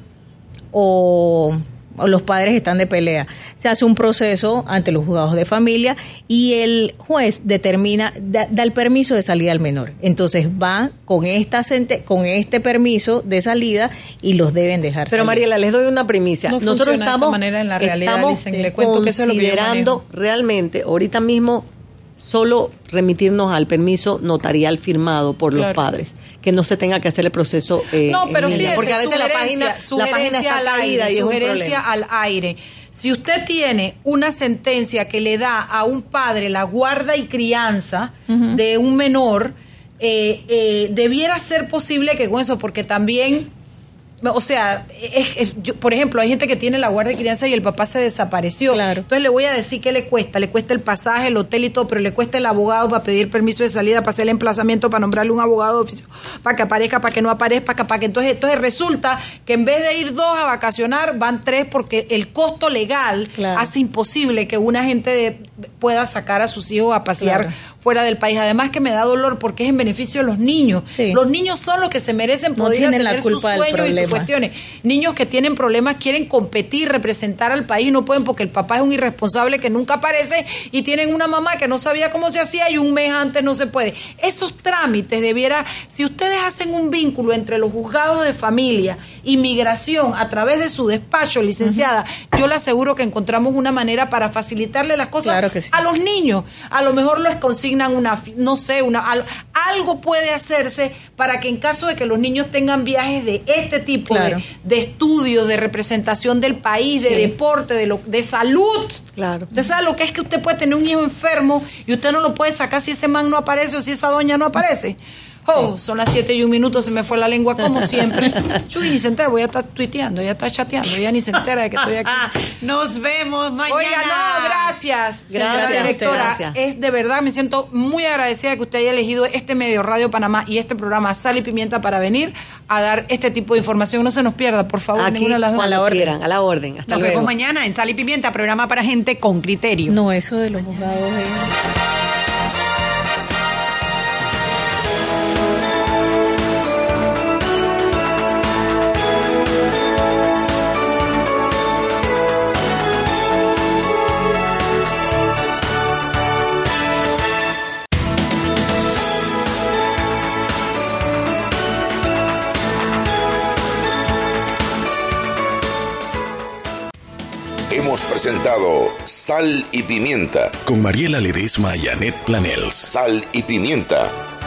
o... o los padres están de pelea. Se hace un proceso ante los juzgados de familia y el juez determina, da, da el permiso de salida al menor. Entonces va con esta con este permiso de salida y los deben dejar Pero salir. Mariela, les doy una primicia. No Nosotros funciona estamos, de esa manera en la realidad, estamos dicen, le cuento que eso es lo que yo considerando manejo. realmente ahorita mismo solo remitirnos al permiso notarial firmado por Claro. los padres, que no se tenga que hacer el proceso eh, No, pero en línea, fíjese, porque a veces la página, la página sugerencia está al caída aire, y es un sugerencia problema. al aire. Si usted tiene una sentencia que le da a un padre la guarda y crianza uh-huh. de un menor, eh, eh, debiera ser posible que con eso, porque también... O sea, es, es, yo, por ejemplo, hay gente que tiene la guardia de crianza y el papá se desapareció. Claro. Entonces le voy a decir qué le cuesta. Le cuesta el pasaje, el hotel y todo, pero le cuesta el abogado para pedir permiso de salida, para hacer el emplazamiento, para nombrarle un abogado de oficio, para que aparezca, para que no aparezca, para que entonces, entonces resulta que en vez de ir dos a vacacionar, van tres porque el costo legal claro. hace imposible que una gente de, pueda sacar a sus hijos a pasear claro. fuera del país. Además que me da dolor porque es en beneficio de los niños. Sí. Los niños son los que se merecen poder no tener la culpa sus sueños y sus cuestiones. Niños que tienen problemas quieren competir, representar al país, no pueden porque el papá es un irresponsable que nunca aparece y tienen una mamá que no sabía cómo se hacía y un mes antes no se puede. Esos trámites debiera, si ustedes hacen un vínculo entre los juzgados de familia y migración a través de su despacho, licenciada, uh-huh. yo le aseguro que encontramos una manera para facilitarle las cosas claro que sí. a los niños. A lo mejor les consignan una, no sé, una algo puede hacerse para que en caso de que los niños tengan viajes de este tipo claro. de, de estudios, de representación del país, de sí. deporte, de, lo, de salud. Claro. Usted sabe lo que es que usted puede tener un hijo enfermo y usted no lo puede sacar si ese man no aparece o si esa doña no aparece. Oh, sí. Son las siete y un minuto, se me fue la lengua como siempre. Chuy, ni se entera, voy a estar tuiteando, ya está chateando, ya ni se entera de que estoy aquí. Nos vemos mañana. Oiga, no, gracias. Gracias, directora. Gracias. Es de verdad, me siento muy agradecida de que usted haya elegido este medio Radio Panamá y este programa Sal y Pimienta para venir a dar este tipo de información. No se nos pierda, por favor, aquí, ninguna de las dos. A la orden. Quieran, a la orden. Hasta Nos luego. vemos mañana en Sal y Pimienta, programa para gente con criterio. No, eso de los juzgados es... Hemos presentado Sal y Pimienta con Mariela Ledesma y Annette Planels. Sal y Pimienta,